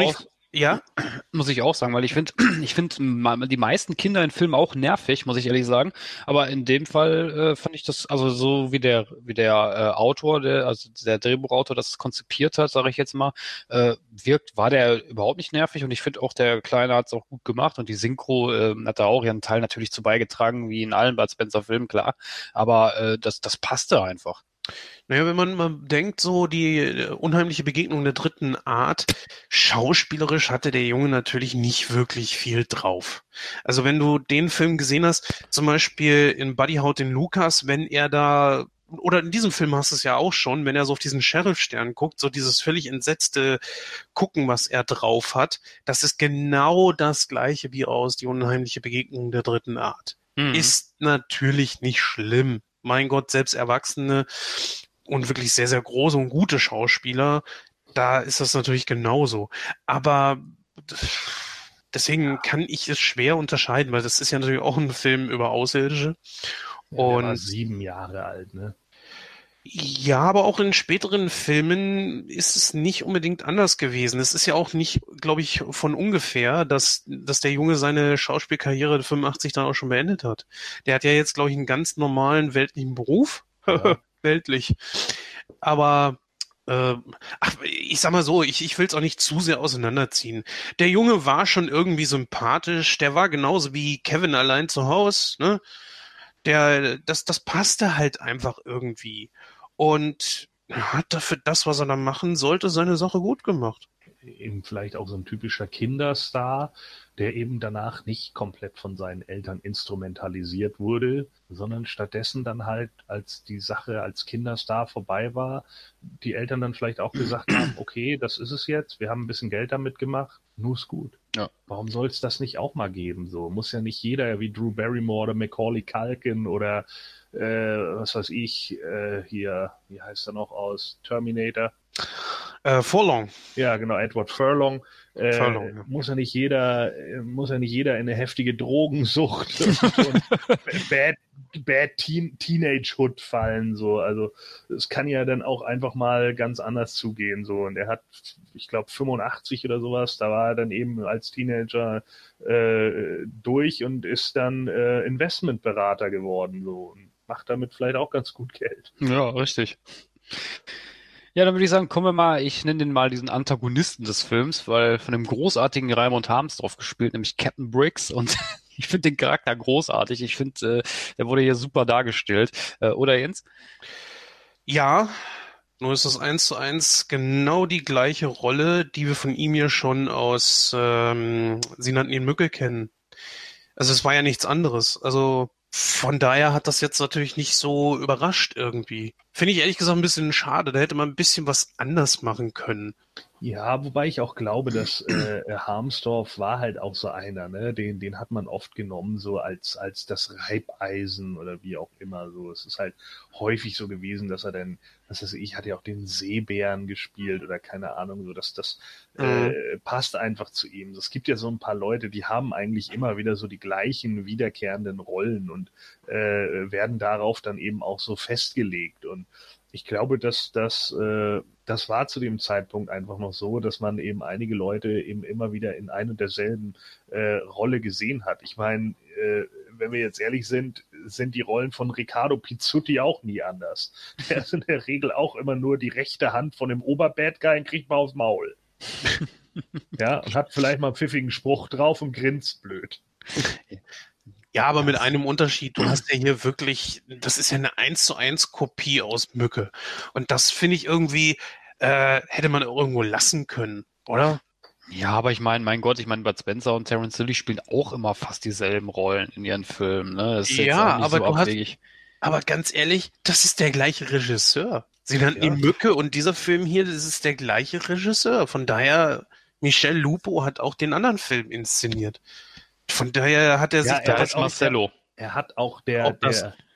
Ja? Muss ich auch sagen, weil ich finde die meisten Kinder in Filmen auch nervig, muss ich ehrlich sagen. Aber in dem Fall fand ich das, also so wie der Autor, also der Drehbuchautor das konzipiert hat, sage ich jetzt mal, war der überhaupt nicht nervig und ich finde auch, der Kleine hat es auch gut gemacht und die Synchro hat da auch ihren Teil natürlich zu beigetragen, wie in allen Bud Spencer Filmen, klar. Aber das passte einfach. Naja, wenn man mal denkt, so die unheimliche Begegnung der dritten Art, schauspielerisch hatte der Junge natürlich nicht wirklich viel drauf. Also wenn du den Film gesehen hast, zum Beispiel in Buddy Haut den Lukas, wenn er da, oder in diesem Film hast du es ja auch schon, wenn er so auf diesen Sheriff-Stern guckt, so dieses völlig entsetzte Gucken, was er drauf hat, das ist genau das gleiche wie aus Die unheimliche Begegnung der dritten Art. Mhm. Ist natürlich nicht schlimm. Mein Gott, selbst Erwachsene und wirklich sehr, sehr große und gute Schauspieler, da ist das natürlich genauso. Aber deswegen kann ich es schwer unterscheiden, weil das ist ja natürlich auch ein Film über Außerirdische. Ja, der war Und 7 Jahre alt, ne? ja, aber auch in späteren Filmen ist es nicht unbedingt anders gewesen. Es ist ja auch nicht, glaube ich, von ungefähr, dass der Junge seine Schauspielkarriere 85 dann auch schon beendet hat. Der hat ja jetzt, glaube ich, einen ganz normalen weltlichen Beruf. Ja. Weltlich. Aber ach, ich sag mal so, ich will es auch nicht zu sehr auseinanderziehen. Der Junge war schon irgendwie sympathisch, der war genauso wie Kevin allein zu Hause, ne? Das passte halt einfach irgendwie. Und hat dafür das, was er da machen sollte, seine Sache gut gemacht. Eben vielleicht auch so ein typischer Kinderstar, der eben danach nicht komplett von seinen Eltern instrumentalisiert wurde, sondern stattdessen dann halt, als die Sache als Kinderstar vorbei war, die Eltern dann vielleicht auch gesagt haben, okay, das ist es jetzt, wir haben ein bisschen Geld damit gemacht, nur ist gut. Ja. Warum soll es das nicht auch mal geben? So muss ja nicht jeder wie Drew Barrymore oder Macaulay Culkin oder was weiß ich, hier, wie heißt er noch aus Terminator? Furlong. Ja, genau, Edward Furlong. Furlong, ja. Muss ja nicht jeder in eine heftige Drogensucht und bad Teenagehood fallen, so. Also, es kann ja dann auch einfach mal ganz anders zugehen, so. Und er hat, ich glaube, 85 oder sowas, da war er dann eben als Teenager durch und ist dann Investmentberater geworden, so. Und macht damit vielleicht auch ganz gut Geld. Ja, richtig. Ja, dann würde ich sagen, kommen wir mal, ich nenne den mal diesen Antagonisten des Films, weil von dem großartigen Raymond Harmsdorf gespielt, nämlich Captain Briggs, und ich finde den Charakter großartig. Ich finde, der wurde hier super dargestellt. Oder Jens? Ja, nur ist das 1:1 genau die gleiche Rolle, die wir von ihm ja schon aus Sie nannten ihn Mücke kennen. Also es war ja nichts anderes. Also von daher hat das jetzt natürlich nicht so überrascht irgendwie. Finde ich ehrlich gesagt ein bisschen schade. Da hätte man ein bisschen was anders machen können. Ja, wobei ich auch glaube, dass Harmsdorf war halt auch so einer, ne? Den hat man oft genommen, so als das Reibeisen oder wie auch immer. So, es ist halt häufig so gewesen, dass er dann, was weiß ich, hat ja auch den Seebären gespielt oder keine Ahnung, so dass das passt einfach zu ihm. Es gibt ja so ein paar Leute, die haben eigentlich immer wieder so die gleichen wiederkehrenden Rollen und werden darauf dann eben auch so festgelegt. Und ich glaube, dass das war zu dem Zeitpunkt einfach noch so, dass man eben einige Leute eben immer wieder in ein und derselben Rolle gesehen hat. Ich meine, wenn wir jetzt ehrlich sind, sind die Rollen von Riccardo Pizzuti auch nie anders. Der ist in der Regel auch immer nur die rechte Hand von dem Oberbad Guy und kriegt mal aufs Maul. Ja, und hat vielleicht mal einen pfiffigen Spruch drauf und grinst blöd. Ja, aber mit einem Unterschied. Du hast ja hier wirklich, das ist ja eine 1:1 Kopie aus Mücke. Und das finde ich irgendwie, hätte man irgendwo lassen können, oder? Ja, aber ich meine, mein Gott, Bud Spencer und Terence Hill spielen auch immer fast dieselben Rollen in ihren Filmen, ne? Das ist jetzt Ja, auch nicht aber so du hast, abwegig. aber ganz ehrlich, das ist der gleiche Regisseur. Sie nannten Ja. ihn Mücke und dieser Film hier, das ist der gleiche Regisseur. Von daher, Michel Lupo hat auch den anderen Film inszeniert. Von daher hat er sich Ja, da er Da ist auch- Marcello. Er hat auch der, Ob das- der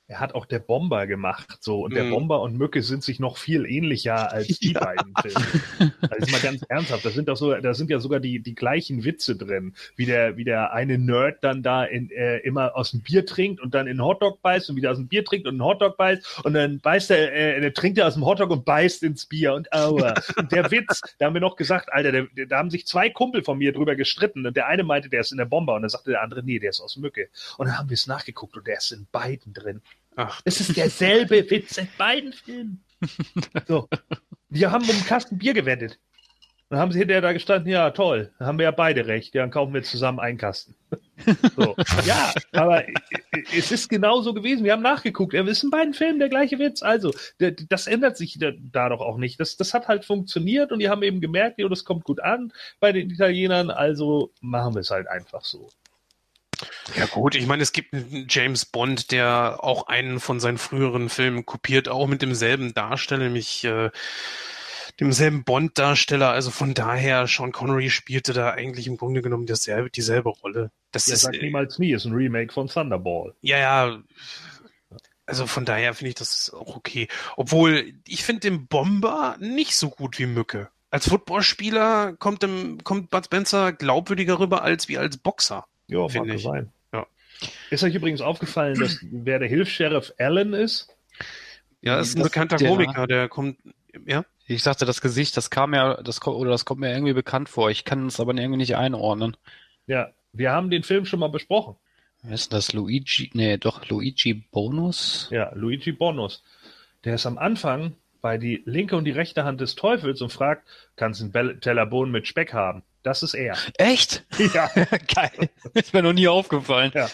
er hat auch der Bomber gemacht, so. Und der Bomber und Mücke sind sich noch viel ähnlicher als die beiden Filme. Also ist mal ganz ernsthaft. Da sind ja sogar die gleichen Witze drin. Wie der eine Nerd dann da immer aus dem Bier trinkt und dann in einen Hotdog beißt und wieder aus dem Bier trinkt und einen Hotdog beißt und dann trinkt er aus dem Hotdog und beißt ins Bier und aua. Und der Witz, da haben wir noch gesagt, Alter, da haben sich 2 Kumpel von mir drüber gestritten und der eine meinte, der ist in der Bomber und dann sagte der andere, nee, der ist aus Mücke. Und dann haben wir es nachgeguckt und der ist in beiden drin. Ach. Es ist derselbe Witz in beiden Filmen. So. Die haben um einen Kasten Bier gewettet. Dann haben sie hinterher da gestanden, ja, toll, dann haben wir ja beide recht, ja, dann kaufen wir zusammen einen Kasten. So. Ja, aber es ist genau so gewesen, wir haben nachgeguckt, es ist in beiden Filmen der gleiche Witz, also, das ändert sich da doch auch nicht. Das hat halt funktioniert und die haben eben gemerkt, jo, das kommt gut an bei den Italienern, also machen wir es halt einfach so. Ja gut, ich meine, es gibt einen James Bond, der auch einen von seinen früheren Filmen kopiert, auch mit demselben Darsteller, nämlich demselben Bond-Darsteller. Also von daher, Sean Connery spielte da eigentlich im Grunde genommen dieselbe Rolle. Das Ja, ist sag niemals nie, ist ein Remake von Thunderball. ja. Also von daher finde ich das auch okay. Obwohl, ich finde den Bomber nicht so gut wie Mücke. Als Footballspieler kommt Bud Spencer glaubwürdiger rüber als Boxer. Ja, Find mag ich. sein. Ja. Ist euch übrigens aufgefallen, dass wer der Hilfs-Sheriff Allen ist? Ja, ist ein Das- bekannter der- Komiker, der kommt, ja. Ich sagte, das Gesicht, das kommt mir irgendwie bekannt vor. Ich kann es aber irgendwie nicht einordnen. Ja, wir haben den Film schon mal besprochen. Wer ist denn das? Luigi Bonus? Ja, Luigi Bonus. Der ist am Anfang bei die linke und die rechte Hand des Teufels und fragt, kannst du einen Teller Bohnen mit Speck haben? Das ist er. Echt? Ja, Geil. Ist mir noch nie aufgefallen. ja.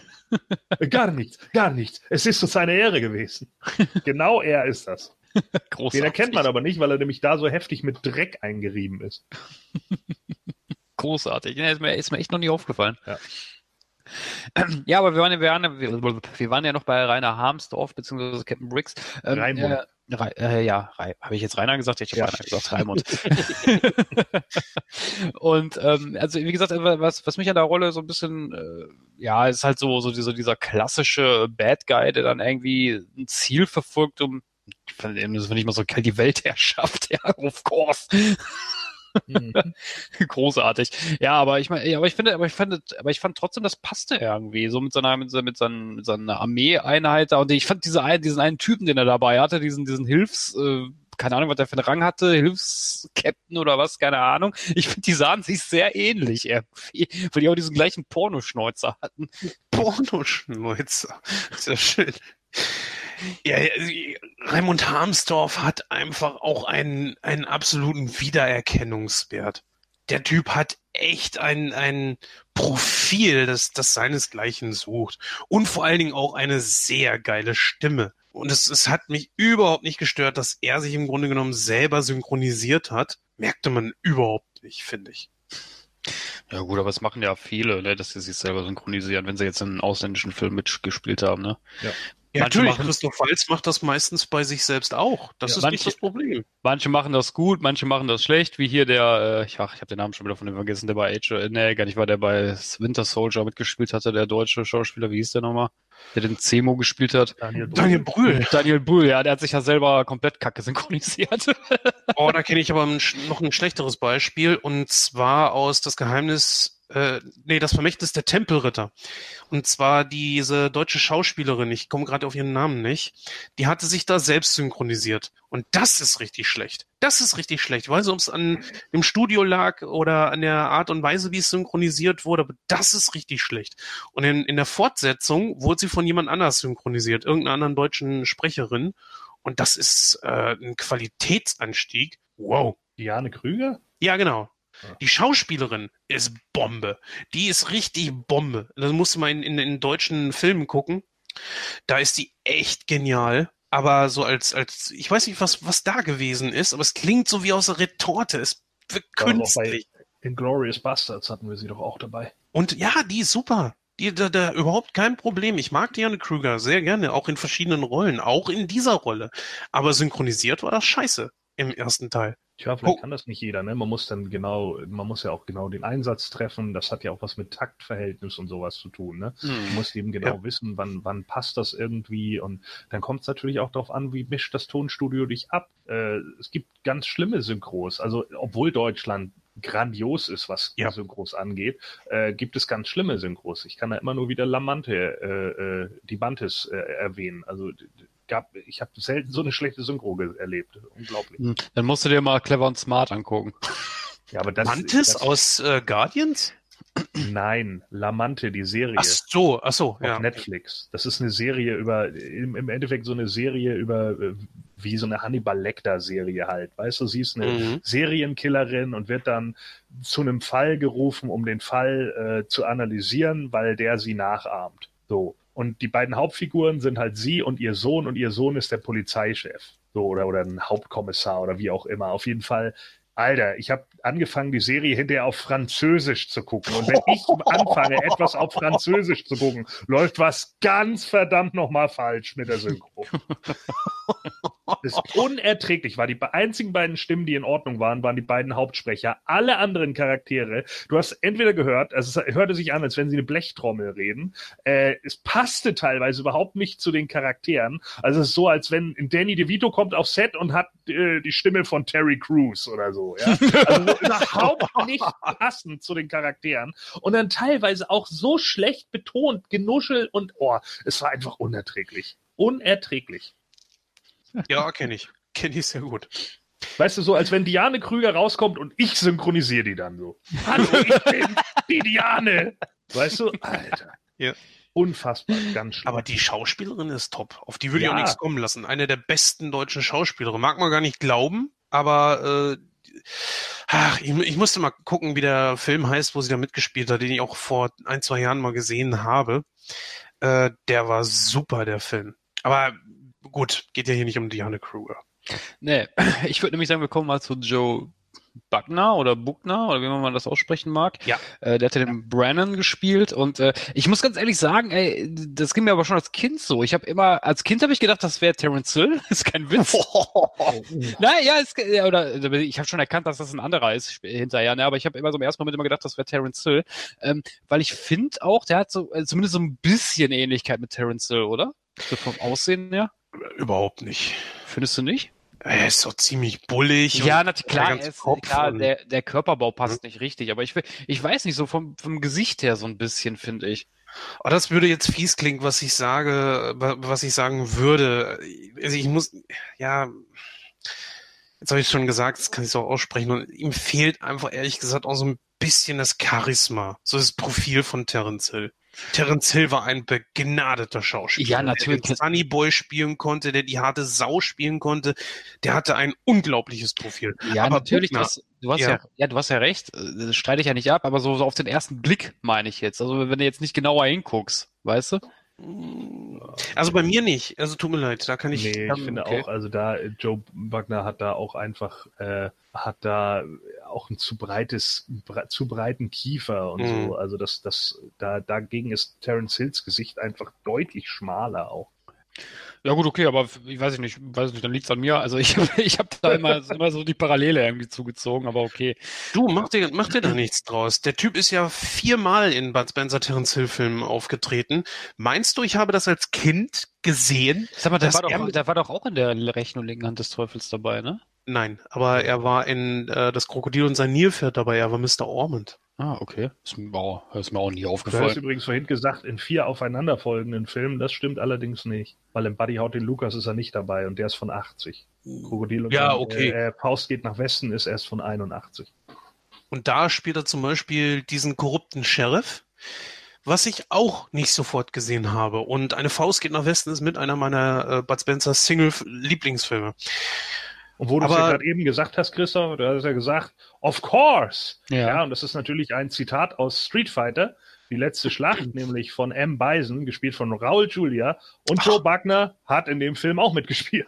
Gar nichts. Es ist uns eine Ehre gewesen. Genau er ist das. Großartig. Den erkennt man aber nicht, weil er nämlich da so heftig mit Dreck eingerieben ist. Großartig. Ja, ist mir echt noch nie aufgefallen. Ja. Ja, aber wir waren ja noch bei Rainer Harmsdorf, beziehungsweise Captain Briggs. Raimund. Habe ich jetzt Rainer gesagt? Ich habe Ja. Rainer gesagt, Raimund. Und also wie gesagt, was mich an der Rolle so ein bisschen, ist halt so dieser klassische Bad Guy, der dann irgendwie ein Ziel verfolgt, das finde ich mal so geil, die Weltherrschaft, ja, of course. Mhm. Großartig. Ja, aber ich fand trotzdem, das passte irgendwie so mit seiner Armeeeinheit da. Und ich fand diesen einen Typen, den er dabei hatte, diesen keine Ahnung, was der für einen Rang hatte, Hilfskapitän oder was, keine Ahnung. Ich finde, die sahen sich sehr ähnlich irgendwie, weil die auch diesen gleichen Pornoschnäuzer hatten. Pornoschnäuzer. Sehr schön. Ja, Raimund Harmsdorf hat einfach auch einen absoluten Wiedererkennungswert. Der Typ hat echt ein Profil, das seinesgleichen sucht. Und vor allen Dingen auch eine sehr geile Stimme. Und es hat mich überhaupt nicht gestört, dass er sich im Grunde genommen selber synchronisiert hat. Merkte man überhaupt nicht, finde ich. Ja gut, aber es machen ja viele, ne, dass sie sich selber synchronisieren, wenn sie jetzt in einem ausländischen Film mitgespielt haben, ne? Ja. Ja, Manche natürlich, machen- Christoph Waltz macht das meistens bei sich selbst auch. Das Ja, ist nicht das Problem. Manche machen das gut, manche machen das schlecht, wie hier der, ich habe den Namen schon wieder von dem vergessen, der bei der bei Winter Soldier mitgespielt hatte, der deutsche Schauspieler, wie hieß der nochmal? Der den Zemo gespielt hat. Daniel Brühl. Daniel Brühl, ja, der hat sich ja selber komplett kacke synchronisiert. Oh, da kenne ich aber noch ein schlechteres Beispiel, und zwar aus Das Vermächtnis der Tempelritter. Und zwar diese deutsche Schauspielerin, ich komme gerade auf ihren Namen nicht, die hatte sich da selbst synchronisiert. Und das ist richtig schlecht. Das ist richtig schlecht. Ich weiß nicht, ob es an dem Studio lag oder an der Art und Weise, wie es synchronisiert wurde, aber das ist richtig schlecht. Und in der Fortsetzung wurde sie von jemand anders synchronisiert, irgendeiner anderen deutschen Sprecherin. Und das ist ein Qualitätsanstieg. Wow. Diane Krüger? Ja, genau. Die Schauspielerin ist Bombe. Die ist richtig Bombe. Das musst du mal in deutschen Filmen gucken. Da ist die echt genial. Aber so als ich weiß nicht, was da gewesen ist, aber es klingt so wie aus der Retorte. Es wirkt künstlich. In Glorious Bastards hatten wir sie doch auch dabei. Und ja, die ist super. Da überhaupt kein Problem. Ich mag Diane Krüger sehr gerne, auch in verschiedenen Rollen, auch in dieser Rolle. Aber synchronisiert war das scheiße im ersten Teil. Tja, vielleicht kann das nicht jeder, ne? Man muss ja auch genau den Einsatz treffen. Das hat ja auch was mit Taktverhältnis und sowas zu tun, ne? Du musst eben genau wissen, wann passt das irgendwie, und dann kommt es natürlich auch darauf an, wie mischt das Tonstudio dich ab. Es gibt ganz schlimme Synchros, also obwohl Deutschland grandios ist, was Synchros angeht, gibt es ganz schlimme Synchros. Ich kann da immer nur wieder die Bantes erwähnen. Also ich habe selten so eine schlechte Synchro erlebt. Unglaublich. Dann musst du dir mal Clever und Smart angucken. Ja, aber Mantis aus Guardians? Nein, Lamante, die Serie. Ach so, auf Netflix. Das ist eine Serie im Endeffekt so eine Serie über, wie so eine Hannibal Lecter-Serie halt. Weißt du, sie ist eine Serienkillerin und wird dann zu einem Fall gerufen, um den Fall zu analysieren, weil der sie nachahmt. So. Und die beiden Hauptfiguren sind halt sie und ihr Sohn ist der Polizeichef. So, oder ein Hauptkommissar oder wie auch immer. Auf jeden Fall, Alter, ich habe angefangen, die Serie hinterher auf Französisch zu gucken. Und wenn ich anfange, etwas auf Französisch zu gucken, läuft was ganz verdammt nochmal falsch mit der Synchro. Das ist unerträglich. Die einzigen beiden Stimmen, die in Ordnung waren die beiden Hauptsprecher. Alle anderen Charaktere, du hast entweder gehört, also es hörte sich an, als wenn sie eine Blechtrommel reden. Es passte teilweise überhaupt nicht zu den Charakteren. Also es ist so, als wenn Danny DeVito kommt auf Set und hat die Stimme von Terry Crews oder so. Ja? Also überhaupt nicht passend zu den Charakteren. Und dann teilweise auch so schlecht betont, genuschelt und es war einfach unerträglich. Unerträglich. Ja, kenne ich. Kenne ich sehr gut. Weißt du, so als wenn Diane Krüger rauskommt und ich synchronisiere die dann so. Hallo, ich bin die Diane. Weißt du? Alter. Ja. Unfassbar, ganz schlimm. Aber die Schauspielerin ist top. Auf die würde ich auch nichts kommen lassen. Eine der besten deutschen Schauspielerinnen. Mag man gar nicht glauben, aber ich musste mal gucken, wie der Film heißt, wo sie da mitgespielt hat, den ich auch vor 1-2 Jahren mal gesehen habe. Der war super, der Film. Aber gut, geht ja hier nicht um Diane Kruger. Nee, ich würde nämlich sagen, wir kommen mal zu Joe Buckner oder wie man das aussprechen mag. Ja. Der hat ja den Brennan gespielt und ich muss ganz ehrlich sagen, das ging mir aber schon als Kind so. Als Kind habe ich gedacht, das wäre Terence Hill. Ist kein Witz. Naja, ich habe schon erkannt, dass das ein anderer ist hinterher, ne? Aber ich habe immer so im ersten Moment immer gedacht, das wäre Terence Hill. Weil ich finde auch, der hat so zumindest so ein bisschen Ähnlichkeit mit Terence Hill, oder? So vom Aussehen her. Überhaupt nicht. Findest du nicht? Er ist doch ziemlich bullig. Ja, natürlich, klar, der Körperbau passt nicht richtig, aber ich weiß nicht, so vom Gesicht her so ein bisschen, finde ich. Oh, das würde jetzt fies klingen, was ich sagen würde. Also jetzt habe ich schon gesagt, das kann ich so aussprechen, und ihm fehlt einfach ehrlich gesagt auch so ein bisschen das Charisma, so das Profil von Terence Hill. Terence Hill war ein begnadeter Schauspieler. Ja, natürlich. Der den Sunny Boy spielen konnte, der die harte Sau spielen konnte. Der hatte ein unglaubliches Profil. Ja, aber natürlich. Buckner, du hast ja recht. Das streite ich ja nicht ab, aber so auf den ersten Blick meine ich jetzt. Also wenn du jetzt nicht genauer hinguckst, weißt du? Also bei mir nicht. Also tut mir leid, da kann ich. Nee, ich finde auch, also Joe Buckner hat da auch einfach, hat da auch einen zu breiten Kiefer und so. Also dagegen ist Terence Hills Gesicht einfach deutlich schmaler auch. Ja gut, okay, aber ich weiß nicht, dann liegt's an mir. Also ich hab da immer so die Parallele irgendwie zugezogen, aber okay. Du, mach dir da nichts draus. Der Typ ist ja 4-mal in Bud Spencer Terence Hill Filmen aufgetreten. Meinst du, ich habe das als Kind gesehen? Sag mal, der war doch auch in der rechten und linken Hand des Teufels dabei, ne? Nein, aber er war in Das Krokodil und sein Nilpferd dabei. Er war Mr. Ormond. Ah, okay. Ist mir auch nie Du aufgefallen. hast übrigens vorhin gesagt, in 4 aufeinanderfolgenden Filmen, das stimmt allerdings nicht. Weil im Buddy Haut den Lukas ist er nicht dabei und der ist von 80. Krokodil und Faust geht nach Westen ist erst von 81. Und da spielt er zum Beispiel diesen korrupten Sheriff, was ich auch nicht sofort gesehen habe. Und Eine Faust geht nach Westen ist mit einer meiner Bud Spencer Single-Lieblingsfilme. Und wo du es ja gerade eben gesagt hast, Christoph, du hast ja gesagt, of course. Ja, und das ist natürlich ein Zitat aus Street Fighter, die letzte Schlacht, nämlich von M. Bison, gespielt von Raul Julia. Und Joe Buckner hat in dem Film auch mitgespielt.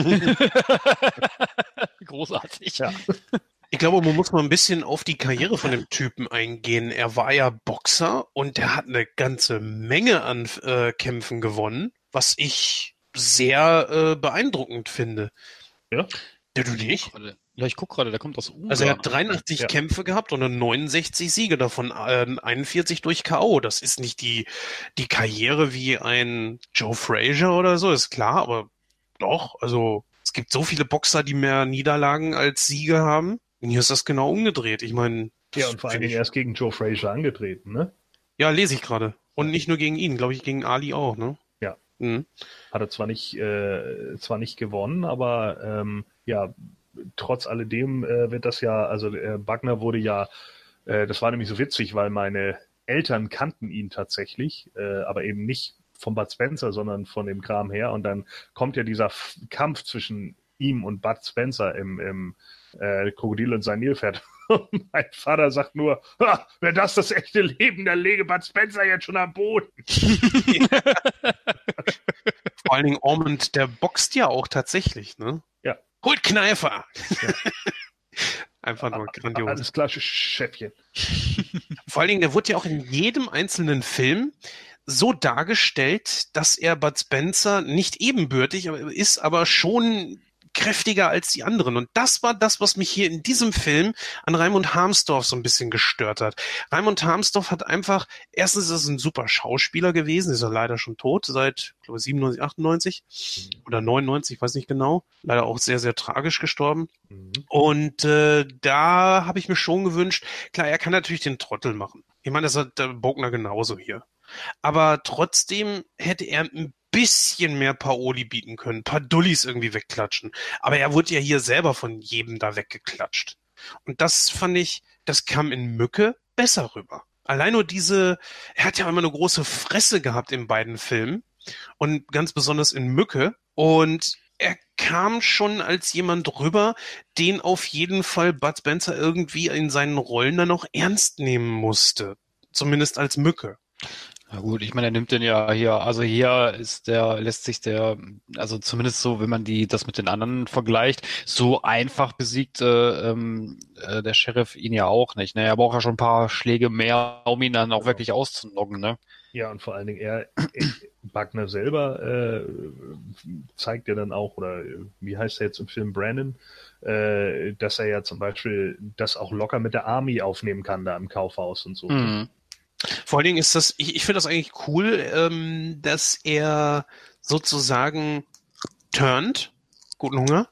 Großartig. Ja. Ich glaube, man muss mal ein bisschen auf die Karriere von dem Typen eingehen. Er war ja Boxer und er hat eine ganze Menge an Kämpfen gewonnen, was ich sehr beeindruckend finde. Ja. Ja, du nicht? Ja, ich guck gerade, der kommt aus Ungarn. Also er hat 83 Kämpfe gehabt und 69 Siege, davon 41 durch K.O. Das ist nicht die Karriere wie ein Joe Frazier oder so, ist klar, aber doch, also es gibt so viele Boxer, die mehr Niederlagen als Siege haben. Und hier ist das genau umgedreht. Ich meine... Ja, und vor allen Dingen erst gegen Joe Frazier angetreten, ne? Ja, lese ich gerade. Und nicht nur gegen ihn, glaube ich, gegen Ali auch, ne? Ja. Mhm. Hat er zwar nicht gewonnen, aber ja, trotz alledem wird das ja, also Buckner wurde ja, das war nämlich so witzig, weil meine Eltern kannten ihn tatsächlich, aber eben nicht von Bud Spencer, sondern von dem Kram her. Und dann kommt ja dieser Kampf zwischen ihm und Bud Spencer im Krokodil und sein Nilpferd. Und mein Vater sagt nur, wäre das echte Leben, dann lege Bud Spencer jetzt schon am Boden. Vor allen Dingen Ormond, der boxt ja auch tatsächlich, ne? Ja. Holt Kneifer! Ja. Einfach nur grandios. Alles klar, Chefchen. Vor allen Dingen, der wurde ja auch in jedem einzelnen Film so dargestellt, dass er Bud Spencer nicht ebenbürtig ist, aber schon kräftiger als die anderen. Und das war das, was mich hier in diesem Film an Raimund Harmsdorf so ein bisschen gestört hat. Raimund Harmsdorf hat einfach, erstens ist er ein super Schauspieler gewesen, ist er leider schon tot, seit, glaube ich, 97, 98 oder 99, ich weiß nicht genau. Leider auch sehr, sehr tragisch gestorben. Und da habe ich mir schon gewünscht, klar, er kann natürlich den Trottel machen. Ich meine, das hat der Bogner genauso hier. Aber trotzdem hätte er ein bisschen mehr Paoli bieten können, ein paar Dullis irgendwie wegklatschen. Aber er wurde ja hier selber von jedem da weggeklatscht. Und das fand ich, das kam in Mücke besser rüber. Allein nur er hat ja immer eine große Fresse gehabt in beiden Filmen und ganz besonders in Mücke. Und er kam schon als jemand rüber, den auf jeden Fall Bud Spencer irgendwie in seinen Rollen dann auch ernst nehmen musste. Zumindest als Mücke. Na gut, ich meine, er nimmt den ja hier, also hier lässt sich also zumindest so, wenn man das mit den anderen vergleicht, so einfach besiegt der Sheriff ihn ja auch nicht. Ne? Er braucht ja schon ein paar Schläge mehr, um ihn dann auch wirklich auszunocken, ne? Ja, und vor allen Dingen Buckner selber zeigt ja dann auch, oder wie heißt er jetzt im Film, Brandon, dass er ja zum Beispiel das auch locker mit der Army aufnehmen kann da im Kaufhaus und so. Mhm. Vor allen Dingen ist das, ich finde das eigentlich cool, dass er sozusagen turnt, guten Hunger,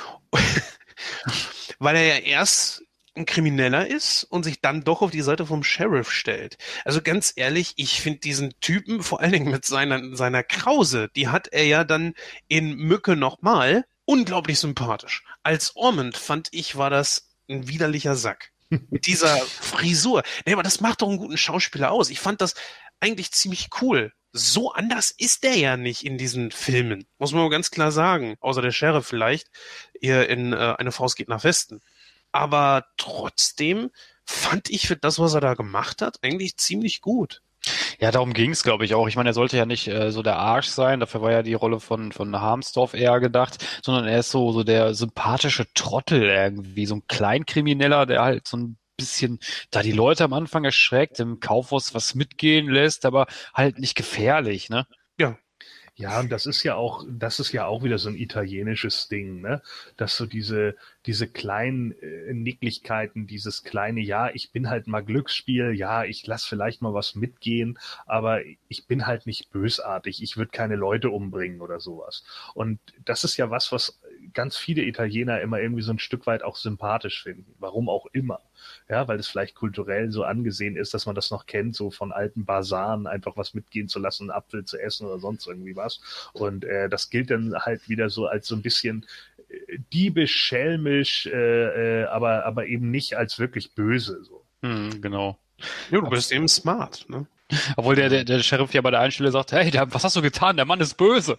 weil er ja erst ein Krimineller ist und sich dann doch auf die Seite vom Sheriff stellt. Also ganz ehrlich, ich finde diesen Typen, vor allen Dingen mit seiner Krause, die hat er ja dann in Mücke nochmal, unglaublich sympathisch. Als Ormond, fand ich, war das ein widerlicher Sack. Mit dieser Frisur. Nee, aber das macht doch einen guten Schauspieler aus. Ich fand das eigentlich ziemlich cool. So anders ist der ja nicht in diesen Filmen. Muss man mal ganz klar sagen. Außer der Sheriff vielleicht. Hier in Eine Faust geht nach Westen. Aber trotzdem fand ich für das, was er da gemacht hat, eigentlich ziemlich gut. Ja, darum ging's, glaube ich, auch. Ich meine, er sollte ja nicht so der Arsch sein, dafür war ja die Rolle von Harmsdorf eher gedacht, sondern er ist so der sympathische Trottel irgendwie, so ein Kleinkrimineller, der halt so ein bisschen da die Leute am Anfang erschreckt, im Kaufhaus was mitgehen lässt, aber halt nicht gefährlich, ne? Ja. Ja, und das ist ja auch wieder so ein italienisches Ding, ne? Dass so diese kleinen Nicklichkeiten, dieses kleine, ja, ich bin halt mal Glücksspiel, ja, ich lass vielleicht mal was mitgehen, aber ich bin halt nicht bösartig, ich würde keine Leute umbringen oder sowas. Und das ist ja was ganz viele Italiener immer irgendwie so ein Stück weit auch sympathisch finden. Warum auch immer. Ja, weil es vielleicht kulturell so angesehen ist, dass man das noch kennt, so von alten Basaren einfach was mitgehen zu lassen, einen Apfel zu essen oder sonst irgendwie was. Und das gilt dann halt wieder so als so ein bisschen diebisch, schelmisch, aber eben nicht als wirklich böse. So. Genau. Ja, du bist eben smart, ne? Obwohl der Sheriff ja bei der einen Stelle sagt, hey, was hast du getan? Der Mann ist böse.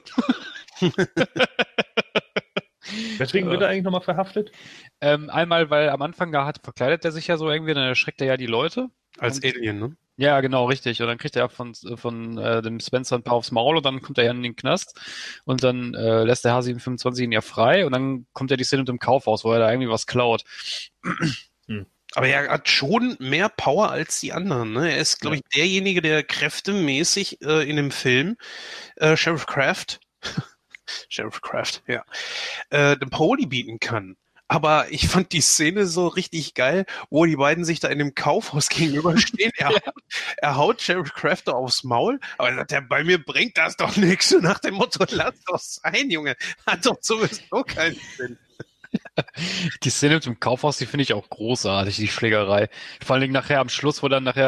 Weswegen wird er eigentlich nochmal verhaftet? Einmal, weil am Anfang verkleidet er sich ja so irgendwie, dann erschreckt er ja die Leute. Als Alien, ne? Ja, genau, richtig. Und dann kriegt er von dem Spencer ein paar aufs Maul und dann kommt er ja in den Knast und dann lässt der H725 ihn ja frei und dann kommt ja die Szene mit dem Kaufhaus, wo er da irgendwie was klaut. Aber er hat schon mehr Power als die anderen, ne? Er ist, glaube ich, derjenige, der kräftemäßig in dem Film Sheriff Kraft, ja, den Paoli bieten kann. Aber ich fand die Szene so richtig geil, wo die beiden sich da in dem Kaufhaus gegenüberstehen. Er haut Sheriff Crafter aufs Maul, aber er sagt, ja, bei mir bringt das doch nichts. So nach dem Motto, lass doch sein, Junge. Hat doch sowieso keinen Sinn. Die Szene mit dem Kaufhaus, die finde ich auch großartig, die Schlägerei. Vor allen Dingen nachher am Schluss, wo dann nachher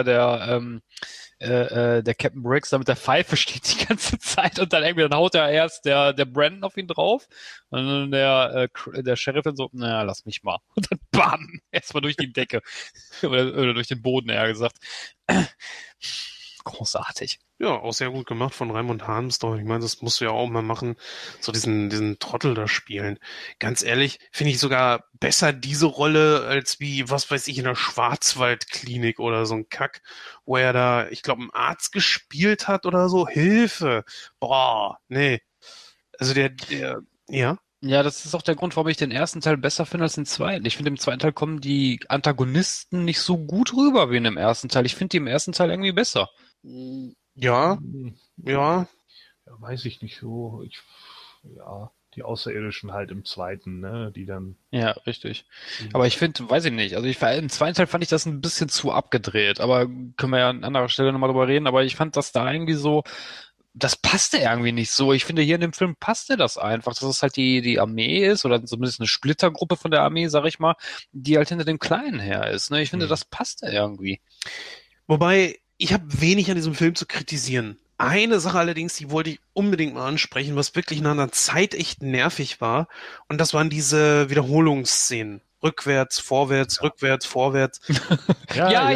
der Captain Briggs da mit der Pfeife steht die ganze Zeit und dann irgendwie, dann haut er erst der Brandon auf ihn drauf und dann der Sheriff dann so, naja, lass mich mal. Und dann bam, erstmal durch die Decke. oder durch den Boden, eher gesagt. Großartig. Ja, auch sehr gut gemacht von Raimund Harmsdorf. Ich meine, das musst du ja auch mal machen, so diesen Trottel da spielen. Ganz ehrlich, finde ich sogar besser diese Rolle als wie, was weiß ich, in der Schwarzwaldklinik oder so ein Kack, wo er da, ich glaube, einen Arzt gespielt hat oder so. Hilfe! Boah, nee. Also ja. Ja, das ist auch der Grund, warum ich den ersten Teil besser finde als den zweiten. Ich finde, im zweiten Teil kommen die Antagonisten nicht so gut rüber wie in dem ersten Teil. Ich finde die im ersten Teil irgendwie besser. Ja, ja. Ja, weiß ich nicht so. Die Außerirdischen halt im zweiten, ne, die dann. Ja, richtig. Aber ich finde, weiß ich nicht. Also im zweiten Teil fand ich das ein bisschen zu abgedreht. Aber können wir ja an anderer Stelle nochmal drüber reden. Aber ich fand das da irgendwie so, das passte irgendwie nicht so. Ich finde, hier in dem Film passte das einfach, dass es halt die Armee ist oder zumindest eine Splittergruppe von der Armee, sag ich mal, die halt hinter dem Kleinen her ist. Ne? Ich finde, das passte irgendwie. Wobei, ich habe wenig an diesem Film zu kritisieren. Eine Sache allerdings, die wollte ich unbedingt mal ansprechen, was wirklich nach einer Zeit echt nervig war. Und das waren diese Wiederholungsszenen. Rückwärts, vorwärts, rückwärts, vorwärts. Ja.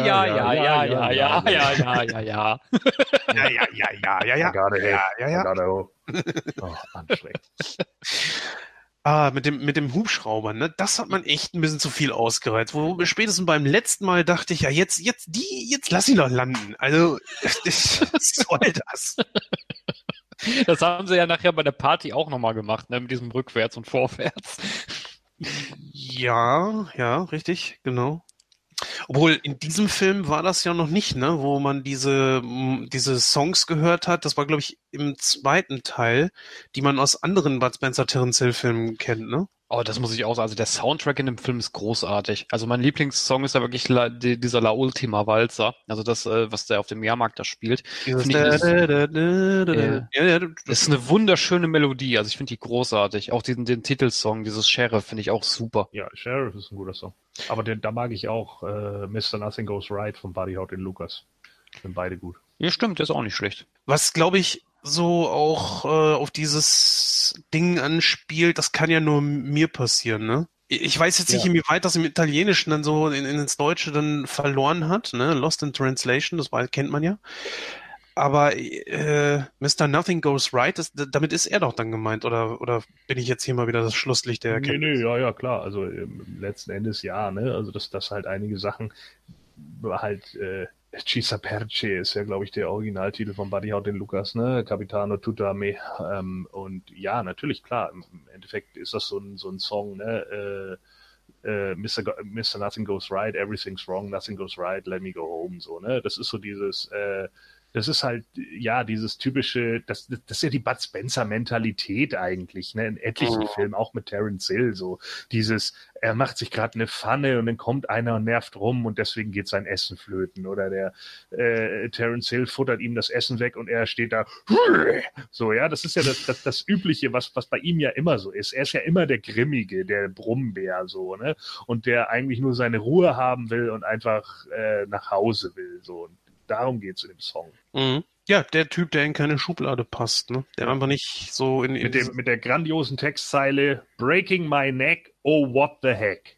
Oh, anstrengend. Mit dem Hubschrauber, ne? Das hat man echt ein bisschen zu viel ausgereizt. Wo spätestens beim letzten Mal dachte ich, ja, jetzt lass ihn doch landen. Also, was soll das? Das haben sie ja nachher bei der Party auch nochmal gemacht, ne? Mit diesem Rückwärts und Vorwärts. Ja, richtig, genau. Obwohl, in diesem Film war das ja noch nicht, ne, wo man diese Songs gehört hat. Das war, glaube ich, im zweiten Teil, die man aus anderen Bud Spencer Terence Hill Filmen kennt, ne? Oh, das muss ich auch sagen. Also der Soundtrack in dem Film ist großartig. Also mein Lieblingssong ist ja wirklich dieser La Ultima Walzer. Also das, was der auf dem Jahrmarkt da spielt. Ist eine wunderschöne Melodie. Also ich finde die großartig. Auch den Titelsong, dieses Sheriff, finde ich auch super. Ja, Sheriff ist ein guter Song. Aber da mag ich auch Mr. Nothing Goes Right von Buddy Holly und Lucas. Sind beide gut. Ja, stimmt, der ist auch nicht schlecht. Was, glaube ich, so auch auf dieses Ding anspielt, das kann ja nur mir passieren, ne? Ich weiß jetzt nicht, inwieweit das im Italienischen dann so ins Deutsche dann verloren hat, ne? Lost in Translation, kennt man ja. Aber Mr. Nothing Goes Right, damit ist er doch dann gemeint, oder bin ich jetzt hier mal wieder das Schlusslicht der Erkenntnis? Nee, ja, klar. Also letzten Endes ja, ne? Also dass halt einige Sachen halt Ci Saperce ist ja, glaube ich, der Originaltitel von Buddy Holly und Lucas, ne? Capitano Tutta Me. Und ja, natürlich, klar, im Endeffekt ist das so ein Song, ne? Mr. Nothing Goes Right, Everything's Wrong, Nothing Goes Right, Let Me Go Home, so, ne? Das ist so das ist halt, ja, dieses typische, das ist ja die Bud Spencer-Mentalität eigentlich, ne, in etlichen Filmen, auch mit Terence Hill, so dieses, er macht sich gerade eine Pfanne und dann kommt einer und nervt rum und deswegen geht sein Essen flöten, oder der Terence Hill futtert ihm das Essen weg und er steht da, so, ja, das ist ja das Übliche, was bei ihm ja immer so ist. Er ist ja immer der Grimmige, der Brummbär, so, ne, und der eigentlich nur seine Ruhe haben will und einfach nach Hause will, so. Und darum geht's in dem Song. Mhm. Ja, der Typ, der in keine Schublade passt, ne? Der einfach nicht so mit der grandiosen Textzeile Breaking my neck, oh what the heck.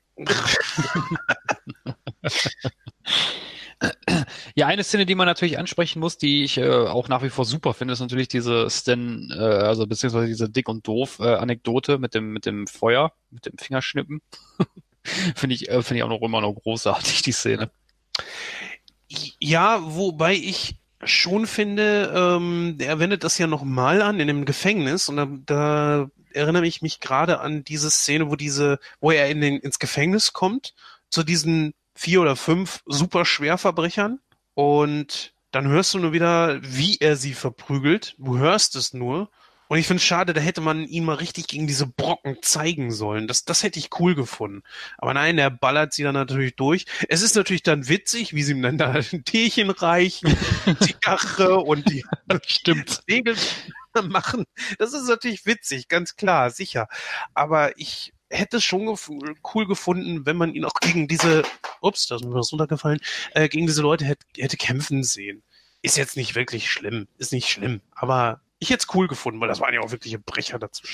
Ja, eine Szene, die man natürlich ansprechen muss, die ich auch nach wie vor super finde, ist natürlich diese also beziehungsweise diese Dick und Doof Anekdote mit dem Feuer, mit dem Fingerschnippen. Finde ich auch noch immer noch großartig, die Szene. Ja, wobei ich schon finde, er wendet das ja nochmal an in dem Gefängnis und da erinnere ich mich gerade an diese Szene, wo er ins Gefängnis kommt, zu diesen 4 oder 5 super Schwerverbrechern und dann hörst du nur wieder, wie er sie verprügelt. Du hörst es nur Und ich finde es schade, da hätte man ihn mal richtig gegen diese Brocken zeigen sollen. Das hätte ich cool gefunden. Aber nein, der ballert sie dann natürlich durch. Es ist natürlich dann witzig, wie sie ihm dann da ein Teechen reichen, Zigarre und die Stimmt. Segel machen. Das ist natürlich witzig, ganz klar, sicher. Aber ich hätte es schon cool gefunden, wenn man ihn auch gegen diese, da ist mir was runtergefallen, gegen diese Leute hätte kämpfen sehen. Ist jetzt nicht wirklich schlimm, ist nicht schlimm, aber ich hätte es cool gefunden, weil das waren ja auch wirkliche Brecher dazu.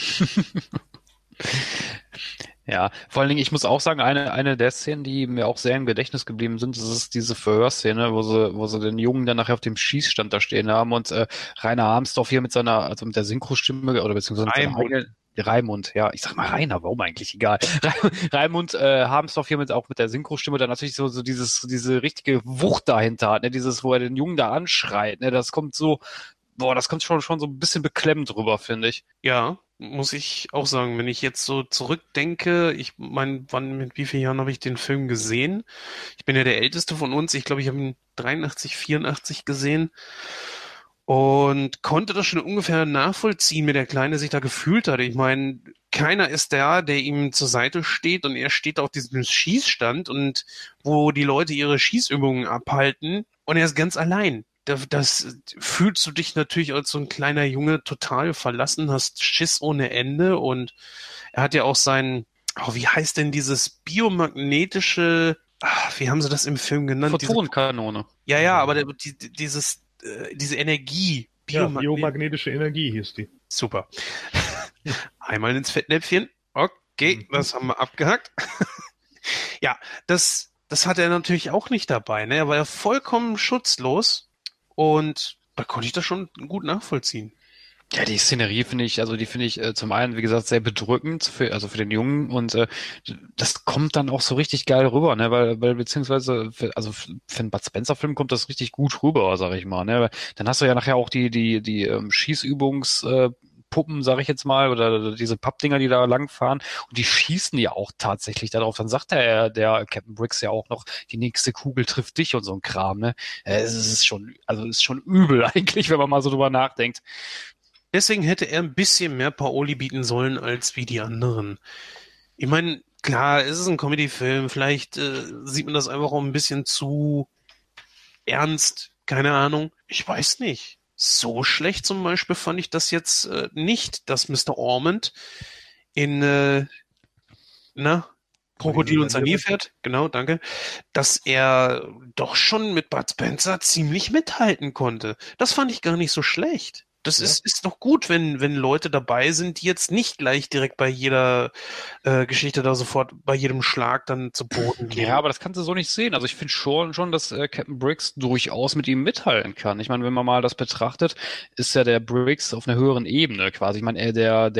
Ja, vor allen Dingen, ich muss auch sagen, eine der Szenen, die mir auch sehr im Gedächtnis geblieben sind, das ist diese Verhörszene, wo sie den Jungen dann nachher auf dem Schießstand da stehen haben und Rainer Harmsdorf hier mit der Synchrostimme oder beziehungsweise mit seiner eigenen Raimund, ja, ich sag mal Rainer, warum eigentlich? Egal. Raimund Harmsdorf hier auch mit der Synchrostimme dann natürlich so diese richtige Wucht dahinter hat, ne, wo er den Jungen da anschreit, ne, das kommt schon so ein bisschen beklemmend rüber, finde ich. Ja, muss ich auch sagen, wenn ich jetzt so zurückdenke, ich meine, mit wie vielen Jahren habe ich den Film gesehen? Ich bin ja der Älteste von uns, ich glaube, ich habe ihn 83, 84 gesehen und konnte das schon ungefähr nachvollziehen, wie der Kleine sich da gefühlt hat. Ich meine, keiner ist der ihm zur Seite steht und er steht auf diesem Schießstand und wo die Leute ihre Schießübungen abhalten und er ist ganz allein. Das fühlst du dich natürlich als so ein kleiner Junge total verlassen, hast Schiss ohne Ende und er hat ja auch wie heißt denn dieses biomagnetische, wie haben sie das im Film genannt? Photonenkanone. Ja, aber diese Energie. Biomagnetische Energie hieß die. Super. Einmal ins Fettnäpfchen. Okay, das haben wir abgehakt. Ja, das hat er natürlich auch nicht dabei, ne? Er war ja vollkommen schutzlos. Und da konnte ich das schon gut nachvollziehen. Ja, die Szenerie finde ich zum einen, wie gesagt, sehr bedrückend für den Jungen und das kommt dann auch so richtig geil rüber, ne, weil beziehungsweise für einen Bud Spencer Film kommt das richtig gut rüber, sag ich mal, ne, weil dann hast du ja nachher auch die Schießübungs Puppen, sag ich jetzt mal, oder diese Pappdinger, die da langfahren und die schießen ja auch tatsächlich darauf. Dann sagt der Captain Briggs ja auch noch, die nächste Kugel trifft dich und so ein Kram, ne? Es ist schon übel eigentlich, wenn man mal so drüber nachdenkt. Deswegen hätte er ein bisschen mehr Paoli bieten sollen als wie die anderen. Ich meine, klar, es ist ein Comedy-Film, vielleicht sieht man das einfach auch ein bisschen zu ernst, keine Ahnung. Ich weiß nicht. So schlecht zum Beispiel fand ich das jetzt nicht, dass Mr. Ormond in Krokodil und Sanierpferd, genau, danke, dass er doch schon mit Bud Spencer ziemlich mithalten konnte. Das fand ich gar nicht so schlecht. Das ist doch gut, wenn Leute dabei sind, die jetzt nicht gleich direkt bei jeder Geschichte da sofort bei jedem Schlag dann zu Boden gehen. Ja, aber das kannst du so nicht sehen. Also ich finde schon, dass Captain Briggs durchaus mit ihm mithalten kann. Ich meine, wenn man mal das betrachtet, ist ja der Briggs auf einer höheren Ebene quasi. Ich meine,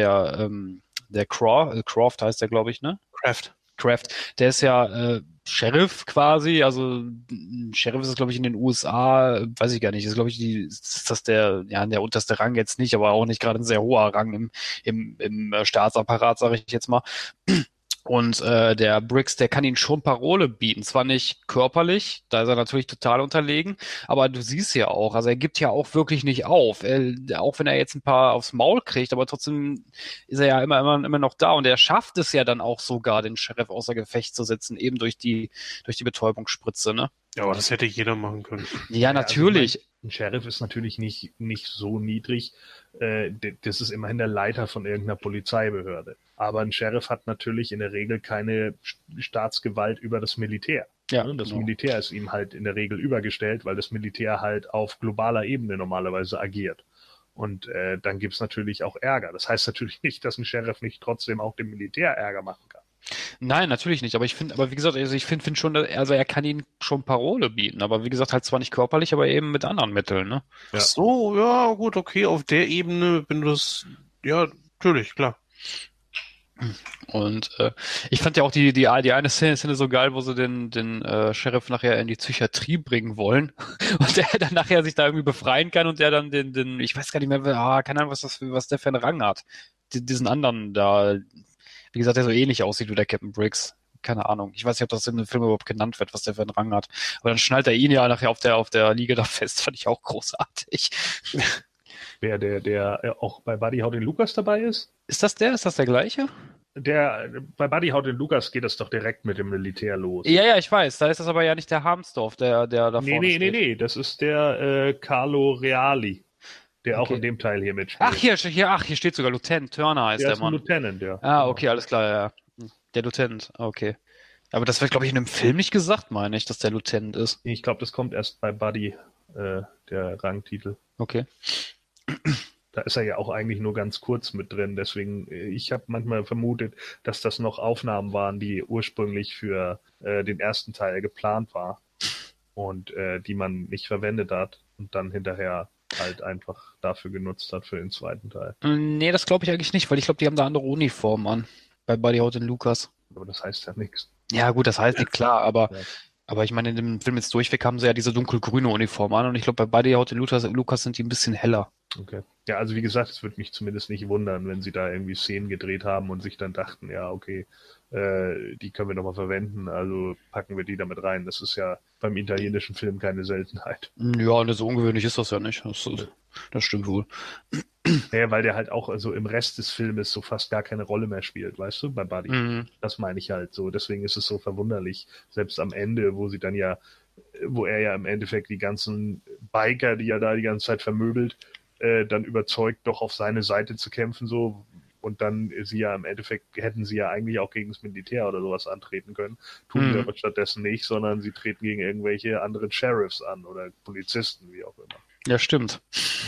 der Croft heißt der, glaube ich, ne? Kraft, der ist ja Sheriff quasi, also Sheriff ist es, glaube ich, in den USA, weiß ich gar nicht, ist, glaube ich, ist das der unterste Rang jetzt nicht, aber auch nicht gerade ein sehr hoher Rang im Staatsapparat, sage ich jetzt mal. Und der Briggs, der kann ihn schon Parole bieten. Zwar nicht körperlich, da ist er natürlich total unterlegen, aber du siehst ja auch, also er gibt ja auch wirklich nicht auf. Auch wenn er jetzt ein paar aufs Maul kriegt, aber trotzdem ist er ja immer noch da. Und er schafft es ja dann auch sogar, den Sheriff außer Gefecht zu setzen, eben durch die Betäubungsspritze, ne? Ja, aber das hätte jeder machen können. Ja, natürlich. Also ein Sheriff ist natürlich nicht so niedrig. Das ist immerhin der Leiter von irgendeiner Polizeibehörde. Aber ein Sheriff hat natürlich in der Regel keine Staatsgewalt über das Militär. Ja, das Militär ist ihm halt in der Regel übergestellt, weil das Militär halt auf globaler Ebene normalerweise agiert. Und dann gibt's natürlich auch Ärger. Das heißt natürlich nicht, dass ein Sheriff nicht trotzdem auch dem Militär Ärger machen kann. Nein, natürlich nicht. Aber wie gesagt, also ich finde schon, also er kann ihnen schon Parole bieten. Aber wie gesagt, halt zwar nicht körperlich, aber eben mit anderen Mitteln, ne? Ja. Ach so, ja, gut, okay. Auf der Ebene bin das, ja, natürlich, klar. Und ich fand ja auch die eine Szene so geil, wo sie den Sheriff nachher in die Psychiatrie bringen wollen und der dann nachher sich da irgendwie befreien kann und der dann den ich weiß gar nicht mehr, keine Ahnung, was der für einen Rang hat. Diesen anderen da, wie gesagt, der so ähnlich aussieht wie der Captain Briggs. Keine Ahnung. Ich weiß nicht, ob das in dem Film überhaupt genannt wird, was der für einen Rang hat. Aber dann schnallt er ihn ja nachher auf der Liege da fest. Fand ich auch großartig. Wer der auch bei Buddy Haut den Lukas dabei ist? Ist das der? Ist das der gleiche? Bei Buddy Haut den Lukas geht das doch direkt mit dem Militär los. Ja, ich weiß. Da ist das aber ja nicht der Harmsdorf, der da vorne steht. Nee. Das ist der Carlo Reali, der auch in dem Teil hier mitspielt. Hier steht sogar Lieutenant Turner heißt der ist ein Mann. Lieutenant, ja. Ah, okay, alles klar, ja. Der Lieutenant, okay. Aber das wird, glaube ich, in dem Film nicht gesagt, meine ich, dass der Lieutenant ist. Ich glaube, das kommt erst bei Buddy, der Rangtitel. Okay. Da ist er ja auch eigentlich nur ganz kurz mit drin. Deswegen, ich habe manchmal vermutet, dass das noch Aufnahmen waren, die ursprünglich für den ersten Teil geplant war und die man nicht verwendet hat und dann hinterher halt einfach dafür genutzt hat für den zweiten Teil. Nee, das glaube ich eigentlich nicht, weil ich glaube, die haben da andere Uniformen an. Bei Buddy Haut den Lukas. Aber das heißt ja nichts. Ja, gut, das heißt nicht klar, aber Ja. aber ich meine, in dem Film jetzt durchweg haben sie ja diese dunkelgrüne Uniform an und ich glaube, bei Buddy Haut den Lukas sind die ein bisschen heller. Okay. Ja, also wie gesagt, es würde mich zumindest nicht wundern, wenn sie da irgendwie Szenen gedreht haben und sich dann dachten, ja, okay, die können wir nochmal verwenden, also packen wir die damit rein. Das ist ja beim italienischen Film keine Seltenheit. Ja, so ungewöhnlich ist das ja nicht. Das stimmt wohl. Ja, weil der halt auch so im Rest des Filmes so fast gar keine Rolle mehr spielt, weißt du, bei Buddy. Mhm. Das meine ich halt so. Deswegen ist es so verwunderlich, selbst am Ende, wo er ja im Endeffekt die ganzen Biker, die er da die ganze Zeit vermöbelt, dann überzeugt, doch auf seine Seite zu kämpfen, so. Und dann hätten sie ja eigentlich auch gegen das Militär oder sowas antreten können. Tun sie aber stattdessen nicht, sondern sie treten gegen irgendwelche anderen Sheriffs an oder Polizisten, wie auch immer. Ja, stimmt.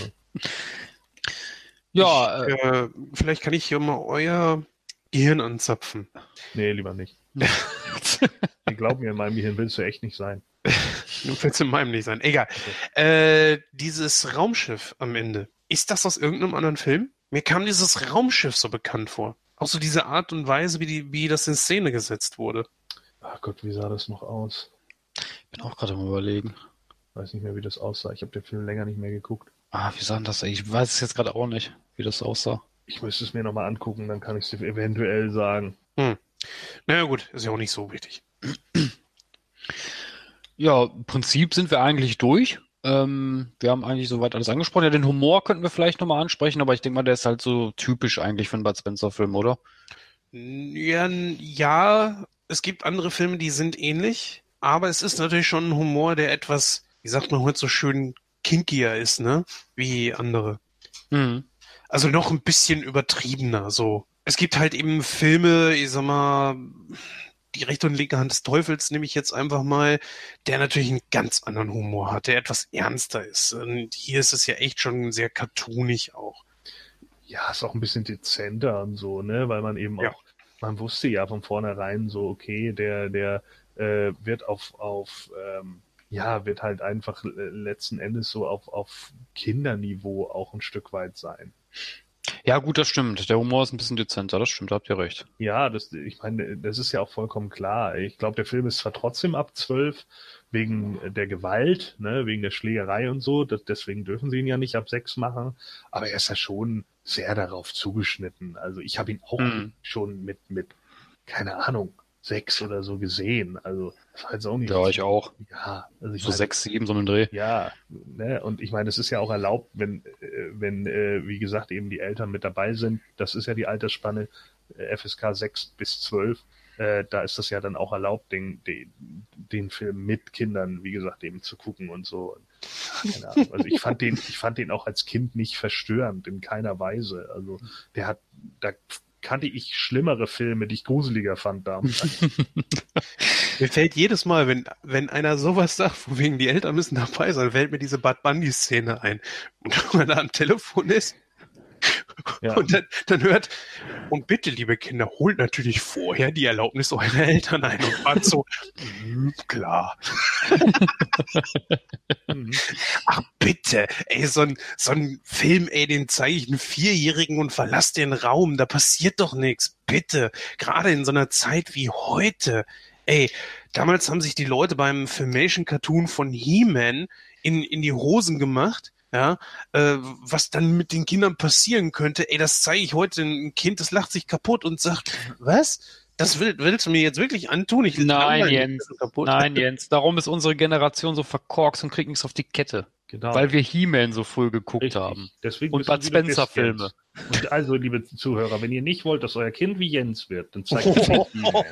Ja, vielleicht kann ich hier mal euer Gehirn anzapfen. Nee, lieber nicht. Die glauben mir, in meinem Gehirn willst du echt nicht sein. Du willst in meinem nicht sein. Egal. Dieses Raumschiff am Ende, ist das aus irgendeinem anderen Film? Mir kam dieses Raumschiff so bekannt vor. Auch so diese Art und Weise, wie das in Szene gesetzt wurde. Ach Gott, wie sah das noch aus? ich bin auch gerade am Überlegen. Weiß nicht mehr, wie das aussah. Ich habe den Film länger nicht mehr geguckt. Wie sah denn das? Ich weiß es jetzt gerade auch nicht, wie das aussah. Ich müsste es mir nochmal angucken, dann kann ich es dir eventuell sagen. Naja gut, ist ja auch nicht so wichtig. Ja, im Prinzip sind wir eigentlich durch. Wir haben eigentlich soweit alles angesprochen. Ja, den Humor könnten wir vielleicht nochmal ansprechen, aber ich denke mal, der ist halt so typisch eigentlich für einen Bud Spencer-Film, oder? Ja, es gibt andere Filme, die sind ähnlich, aber es ist natürlich schon ein Humor, der etwas, wie sagt man heute so schön, kinkier ist, ne? Wie andere. Mhm. Also noch ein bisschen übertriebener, so. Es gibt halt eben Filme, ich sag mal, die rechte und linke Hand des Teufels nehme ich jetzt einfach mal, der natürlich einen ganz anderen Humor hat, der etwas ernster ist. Und hier ist es ja echt schon sehr cartoonig auch. Ja, ist auch ein bisschen dezenter und so, ne? Weil man eben auch, man wusste ja von vornherein so, okay, der wird wird halt einfach letzten Endes so auf Kinderniveau auch ein Stück weit sein. Ja, gut, das stimmt. Der Humor ist ein bisschen dezenter, das stimmt, da habt ihr recht. Ja, ich meine, das ist ja auch vollkommen klar. Ich glaube, der Film ist zwar trotzdem ab 12 wegen der Gewalt, ne, wegen der Schlägerei und so, deswegen dürfen sie ihn ja nicht ab 6 machen, aber er ist ja schon sehr darauf zugeschnitten. Also ich habe ihn auch schon mit, keine Ahnung, 6 oder so gesehen. Also das war jetzt auch nicht. Ja, ich auch. Ja, also ich So meine, 6, 7, so einen Dreh. ja, ne, und ich meine, es ist ja auch erlaubt, wenn wie gesagt, eben die Eltern mit dabei sind. Das ist ja die Altersspanne, FSK 6 bis 12. Da ist das ja dann auch erlaubt, den Film mit Kindern, wie gesagt, eben zu gucken und so. Keine Ahnung. Also ich fand den auch als Kind nicht verstörend, in keiner Weise. Also da kannte ich schlimmere Filme, die ich gruseliger fand damals. Mir fällt jedes Mal, wenn einer sowas sagt, von wegen die Eltern müssen dabei sein, fällt mir diese Bud Bundy-Szene ein. Und wenn er am Telefon ist Ja. und dann hört, und bitte, liebe Kinder, holt natürlich vorher die Erlaubnis eurer Eltern ein und war so, klar. Ach bitte, ey, so ein Film, ey, den zeige ich einem Vierjährigen und verlass den Raum, da passiert doch nichts, bitte. Gerade in so einer Zeit wie heute. Ey, damals haben sich die Leute beim Filmation-Cartoon von He-Man in die Hosen gemacht, ja, was dann mit den Kindern passieren könnte. Ey, das zeige ich heute ein Kind, das lacht sich kaputt und sagt, was? Das willst du mir jetzt wirklich antun? Ich Nein, langweile mich Jens. so kaputt. Nein, Jens. Darum ist unsere Generation so verkorkst und kriegt nichts auf die Kette. Genau. Weil wir He-Man so früh geguckt Richtig. haben. Deswegen Und bist du Bud wieder Spencer-Filme. Jens. Und also, liebe Zuhörer, wenn ihr nicht wollt, dass euer Kind wie Jens wird, dann zeigt es nicht He-Man.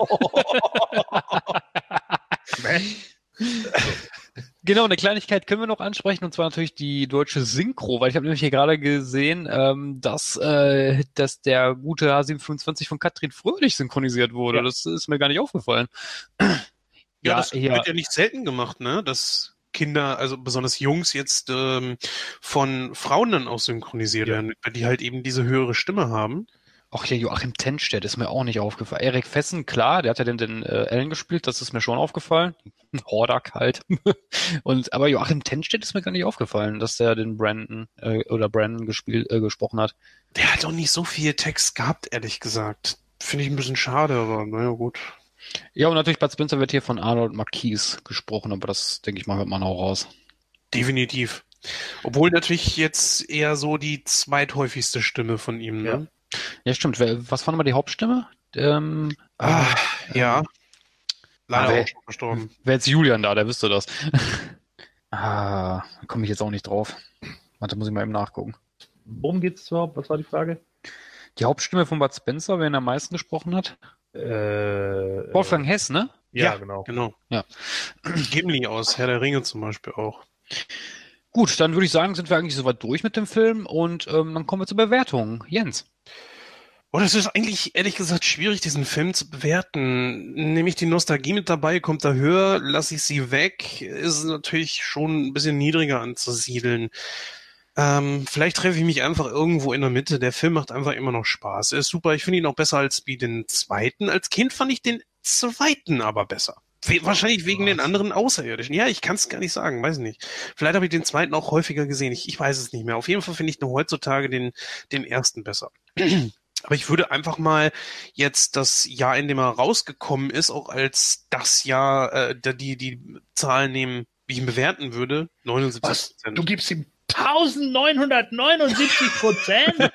Genau, eine Kleinigkeit können wir noch ansprechen, und zwar natürlich die deutsche Synchro, weil ich habe nämlich hier gerade gesehen, dass der gute H725 von Katrin Fröhlich synchronisiert wurde. Ja. Das ist mir gar nicht aufgefallen. Ja, das wird ja nicht selten gemacht, ne? Dass Kinder, also besonders Jungs, jetzt von Frauen dann auch synchronisiert werden, weil die halt eben diese höhere Stimme haben. Auch hier Joachim Tennstedt ist mir auch nicht aufgefallen. Erik Fessen, klar, der hat ja den Ellen gespielt, das ist mir schon aufgefallen. Hordak halt. Aber Joachim Tennstedt ist mir gar nicht aufgefallen, dass der den Brandon gesprochen hat. Der hat auch nicht so viel Text gehabt, ehrlich gesagt. Finde ich ein bisschen schade, aber naja, gut. Ja, und natürlich Bud Spencer wird hier von Arnold Marquis gesprochen, aber das, denke ich mal, hört man auch raus. Definitiv. Obwohl natürlich jetzt eher so die zweithäufigste Stimme von ihm, ne? Ja, stimmt. Was war nochmal die Hauptstimme? Ja. Leider wer- auch schon verstorben. Wer jetzt Julian da, der wüsste das. Komme ich jetzt auch nicht drauf. Warte, muss ich mal eben nachgucken. Worum geht's überhaupt? Was war die Frage? Die Hauptstimme von Bud Spencer, wer ihn am meisten gesprochen hat? Wolfgang Hess, ne? Ja, genau. Ja. Gimli aus Herr der Ringe zum Beispiel auch. Gut, dann würde ich sagen, sind wir eigentlich soweit durch mit dem Film und dann kommen wir zur Bewertung. Jens. Oh, das ist eigentlich, ehrlich gesagt, schwierig, diesen Film zu bewerten. Nehme ich die Nostalgie mit dabei, kommt er höher, lasse ich sie weg, ist es natürlich schon ein bisschen niedriger anzusiedeln. Vielleicht treffe ich mich einfach irgendwo in der Mitte. Der Film macht einfach immer noch Spaß. Er ist super, ich finde ihn auch besser als wie den zweiten. Als Kind fand ich den zweiten aber besser. Wahrscheinlich wegen den anderen Außerirdischen. Ja, ich kann es gar nicht sagen, weiß nicht. Vielleicht habe ich den zweiten auch häufiger gesehen. Ich weiß es nicht mehr. Auf jeden Fall finde ich nur heutzutage den ersten besser. Aber ich würde einfach mal jetzt das Jahr, in dem er rausgekommen ist, auch als das Jahr, die Zahlen nehmen, wie ich ihn bewerten würde. 79%. Was? Du gibst ihm 1979%?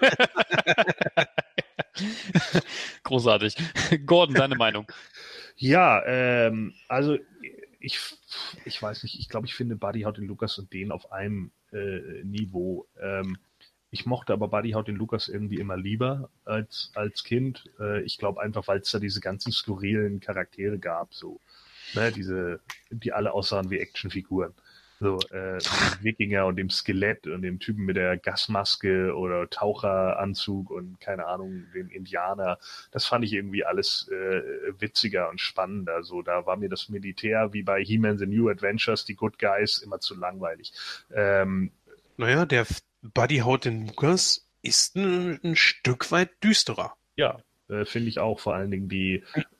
Großartig. Gordon, deine Meinung. Ja, also ich weiß nicht, ich glaube, ich finde Buddy Haut den Lukas und den auf einem Niveau. Ich mochte aber Buddy Haut den Lukas irgendwie immer lieber als Kind. Ich glaube einfach, weil es da diese ganzen skurrilen Charaktere gab, so, ne, die alle aussahen wie Actionfiguren. So, dem Wikinger und dem Skelett und dem Typen mit der Gasmaske oder Taucheranzug und keine Ahnung, dem Indianer. Das fand ich irgendwie alles witziger und spannender. So, da war mir das Militär wie bei He-Man The New Adventures, die Good Guys, immer zu langweilig. Naja, der Buddy Haut den Lukas ist ein Stück weit düsterer. Ja, finde ich auch, vor allen Dingen die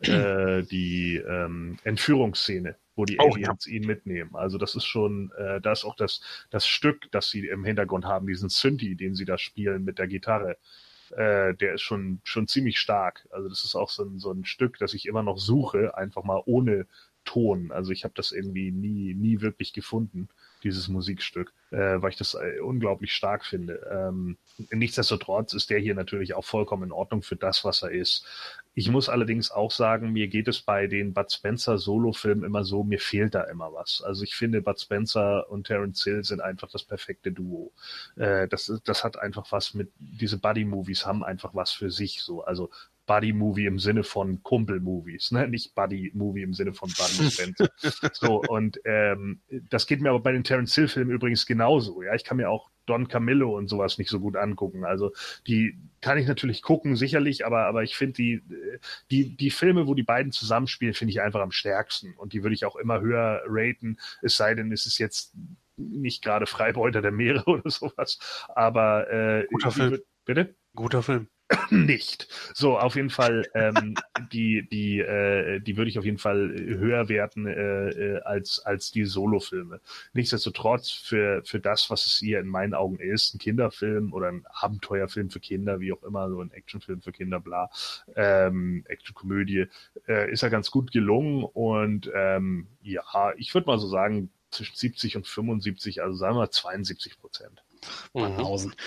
Entführungsszene, wo die Aliens ihn mitnehmen. Also das ist schon, da ist auch das Stück, das sie im Hintergrund haben, diesen Synthi, den sie da spielen mit der Gitarre. Der ist schon ziemlich stark. Also das ist auch so ein Stück, das ich immer noch suche, einfach mal ohne Ton. Also ich habe das irgendwie nie wirklich gefunden, dieses Musikstück, weil ich das unglaublich stark finde. Nichtsdestotrotz ist der hier natürlich auch vollkommen in Ordnung für das, was er ist. Ich muss allerdings auch sagen, mir geht es bei den Bud Spencer Solo-Filmen immer so, mir fehlt da immer was. Also ich finde, Bud Spencer und Terence Hill sind einfach das perfekte Duo. Das hat einfach was mit, diese Buddy-Movies haben einfach was für sich so. Also Buddy-Movie im Sinne von Kumpel-Movies, ne? Nicht Buddy-Movie im Sinne von Buddy Spencer. So, und das geht mir aber bei den Terence Hill-Filmen übrigens genauso. Ja, ich kann mir auch Don Camillo und sowas nicht so gut angucken. Also die kann ich natürlich gucken, sicherlich, aber ich finde die Filme, wo die beiden zusammenspielen, finde ich einfach am stärksten. Und die würde ich auch immer höher raten, es sei denn, es ist jetzt nicht gerade Freibeuter der Meere oder sowas. Aber guter Film. Bitte? Guter Film. Nicht. So, auf jeden Fall, die würde ich auf jeden Fall höher werten als die Solo-Filme. Nichtsdestotrotz für das, was es hier in meinen Augen ist, ein Kinderfilm oder ein Abenteuerfilm für Kinder, wie auch immer, so ein Actionfilm für Kinder, bla, Actionkomödie, ist er ganz gut gelungen und ja, ich würde mal so sagen, zwischen 70 und 75, also sagen wir 72%. Mannhausen.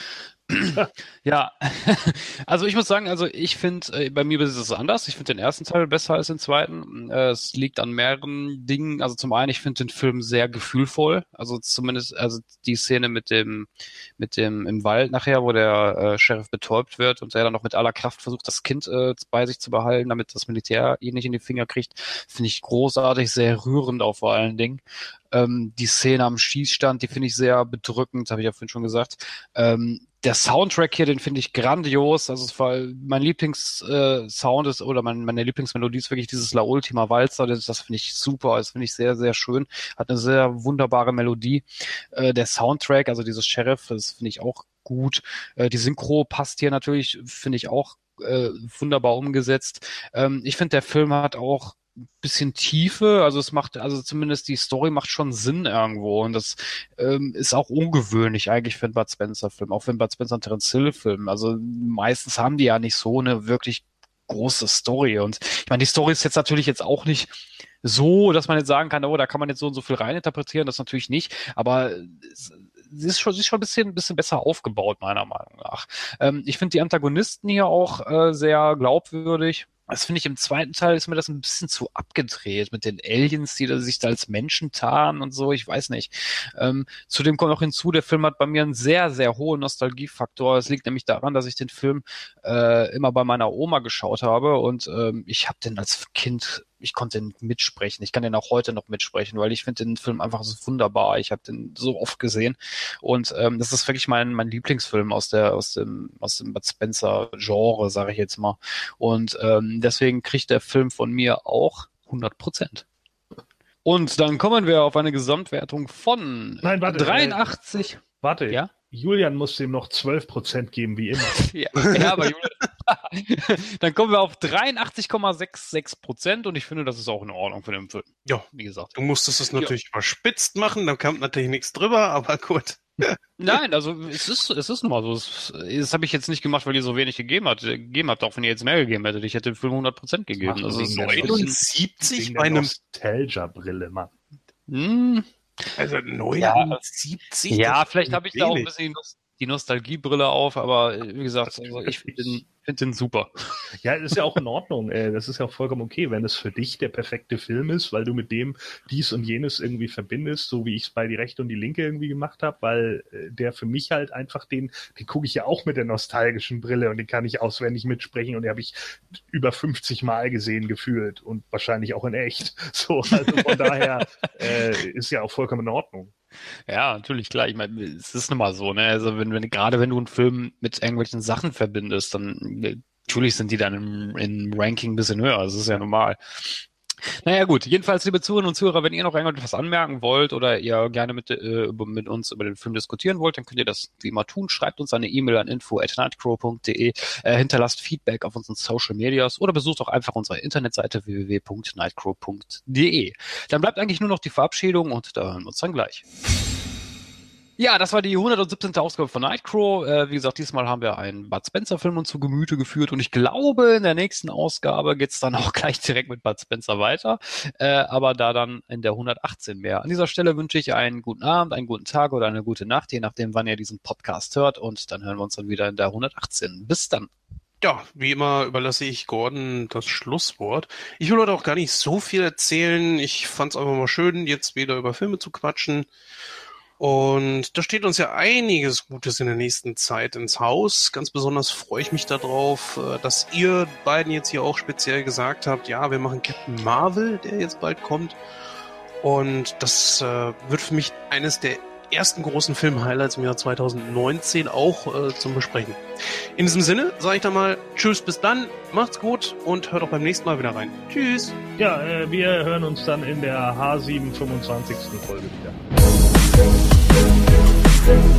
Ja, also ich muss sagen, also ich finde, bei mir ist es anders. Ich finde den ersten Teil besser als den zweiten. Es liegt an mehreren Dingen. Also zum einen, ich finde den Film sehr gefühlvoll. Also zumindest, also die Szene mit dem im Wald nachher, wo der Sheriff betäubt wird und er dann noch mit aller Kraft versucht, das Kind bei sich zu behalten, damit das Militär ihn nicht in die Finger kriegt, finde ich großartig, sehr rührend auch vor allen Dingen. Die Szene am Schießstand, die finde ich sehr bedrückend, habe ich ja vorhin schon gesagt. Der Soundtrack hier, den finde ich grandios. Also es war mein Lieblingssound ist oder meine Lieblingsmelodie ist wirklich dieses La Ultima Walzer. Das finde ich super. Das finde ich sehr, sehr schön. Hat eine sehr wunderbare Melodie. Der Soundtrack, also dieses Sheriff, das finde ich auch gut. Die Synchro passt hier natürlich, finde ich auch wunderbar umgesetzt. Ich finde, der Film hat auch bisschen Tiefe, also zumindest die Story macht schon Sinn irgendwo und das ist auch ungewöhnlich eigentlich für einen Bud Spencer Film, auch für einen Bud Spencer und Terence Hill Film. Also meistens haben die ja nicht so eine wirklich große Story und ich meine, die Story ist jetzt natürlich jetzt auch nicht so, dass man jetzt sagen kann, oh, da kann man jetzt so und so viel reininterpretieren, das natürlich nicht, aber sie ist schon ein bisschen besser aufgebaut, meiner Meinung nach. Ich finde die Antagonisten hier auch sehr glaubwürdig. Das finde ich im zweiten Teil ist mir das ein bisschen zu abgedreht mit den Aliens, die sich da als Menschen tarnen und so, ich weiß nicht. Zudem kommt noch hinzu, der Film hat bei mir einen sehr, sehr hohen Nostalgiefaktor. Es liegt nämlich daran, dass ich den Film immer bei meiner Oma geschaut habe und ich habe den als Kind, ich konnte den mitsprechen. Ich kann den auch heute noch mitsprechen, weil ich finde den Film einfach so wunderbar. Ich habe den so oft gesehen und das ist wirklich mein Lieblingsfilm aus dem Bud Spencer Genre, sage ich jetzt mal. Und deswegen kriegt der Film von mir auch 100%. Und dann kommen wir auf eine Gesamtwertung von 83. Warte, ja? Julian muss dem noch 12% geben, wie immer. ja, aber Julian. Dann kommen wir auf 83,66% und ich finde, das ist auch in Ordnung für den Film. Ja, wie gesagt. Du musstest es natürlich überspitzt machen, da kam natürlich nichts drüber, aber gut. Nein, also es ist nun mal so. Das habe ich jetzt nicht gemacht, weil ihr so wenig gegeben habt, auch wenn ihr jetzt mehr gegeben hättet. Ich hätte dem Film 100% gegeben. Also 79 bei einem Nostalgia-Brille, Mann. Also 79? Ja, vielleicht habe ich da auch ein bisschen die Nostalgiebrille auf, aber wie gesagt, also ich finde den super. Ja, das ist ja auch in Ordnung. Das ist ja auch vollkommen okay, wenn es für dich der perfekte Film ist, weil du mit dem dies und jenes irgendwie verbindest, so wie ich es bei Die Rechte und die Linke irgendwie gemacht habe, weil der für mich halt einfach den gucke ich ja auch mit der nostalgischen Brille und den kann ich auswendig mitsprechen und den habe ich über 50 Mal gesehen gefühlt und wahrscheinlich auch in echt. So, also von daher ist ja auch vollkommen in Ordnung. Ja, natürlich, klar. Ich meine, es ist nun mal so, ne? Also gerade wenn du einen Film mit irgendwelchen Sachen verbindest, dann natürlich sind die dann im Ranking ein bisschen höher. Das ist ja normal. Naja gut, jedenfalls, liebe Zuhörerinnen und Zuhörer, wenn ihr noch irgendetwas anmerken wollt oder ihr gerne mit uns über den Film diskutieren wollt, dann könnt ihr das wie immer tun. Schreibt uns eine E-Mail an info@nightcrow.de, hinterlasst Feedback auf unseren Social Medias oder besucht auch einfach unsere Internetseite www.nightcrow.de. Dann bleibt eigentlich nur noch die Verabschiedung und da hören wir uns dann gleich. Ja, das war die 117. Ausgabe von Nightcrow. Wie gesagt, diesmal haben wir einen Bud Spencer-Film uns zu Gemüte geführt und ich glaube, in der nächsten Ausgabe geht's dann auch gleich direkt mit Bud Spencer weiter, aber da dann in der 118 mehr. An dieser Stelle wünsche ich einen guten Abend, einen guten Tag oder eine gute Nacht, je nachdem, wann ihr diesen Podcast hört und dann hören wir uns dann wieder in der 118. Bis dann. Ja, wie immer überlasse ich Gordon das Schlusswort. Ich will heute auch gar nicht so viel erzählen. Ich fand es einfach mal schön, jetzt wieder über Filme zu quatschen. Und da steht uns ja einiges Gutes in der nächsten Zeit ins Haus. Ganz besonders freue ich mich darauf, dass ihr beiden jetzt hier auch speziell gesagt habt, ja, wir machen Captain Marvel, der jetzt bald kommt. Und das wird für mich eines der ersten großen Film-Highlights im Jahr 2019 auch zum Besprechen. In diesem Sinne sage ich dann mal Tschüss, bis dann, macht's gut und hört auch beim nächsten Mal wieder rein. Tschüss! Ja, wir hören uns dann in der H725. Folge wieder.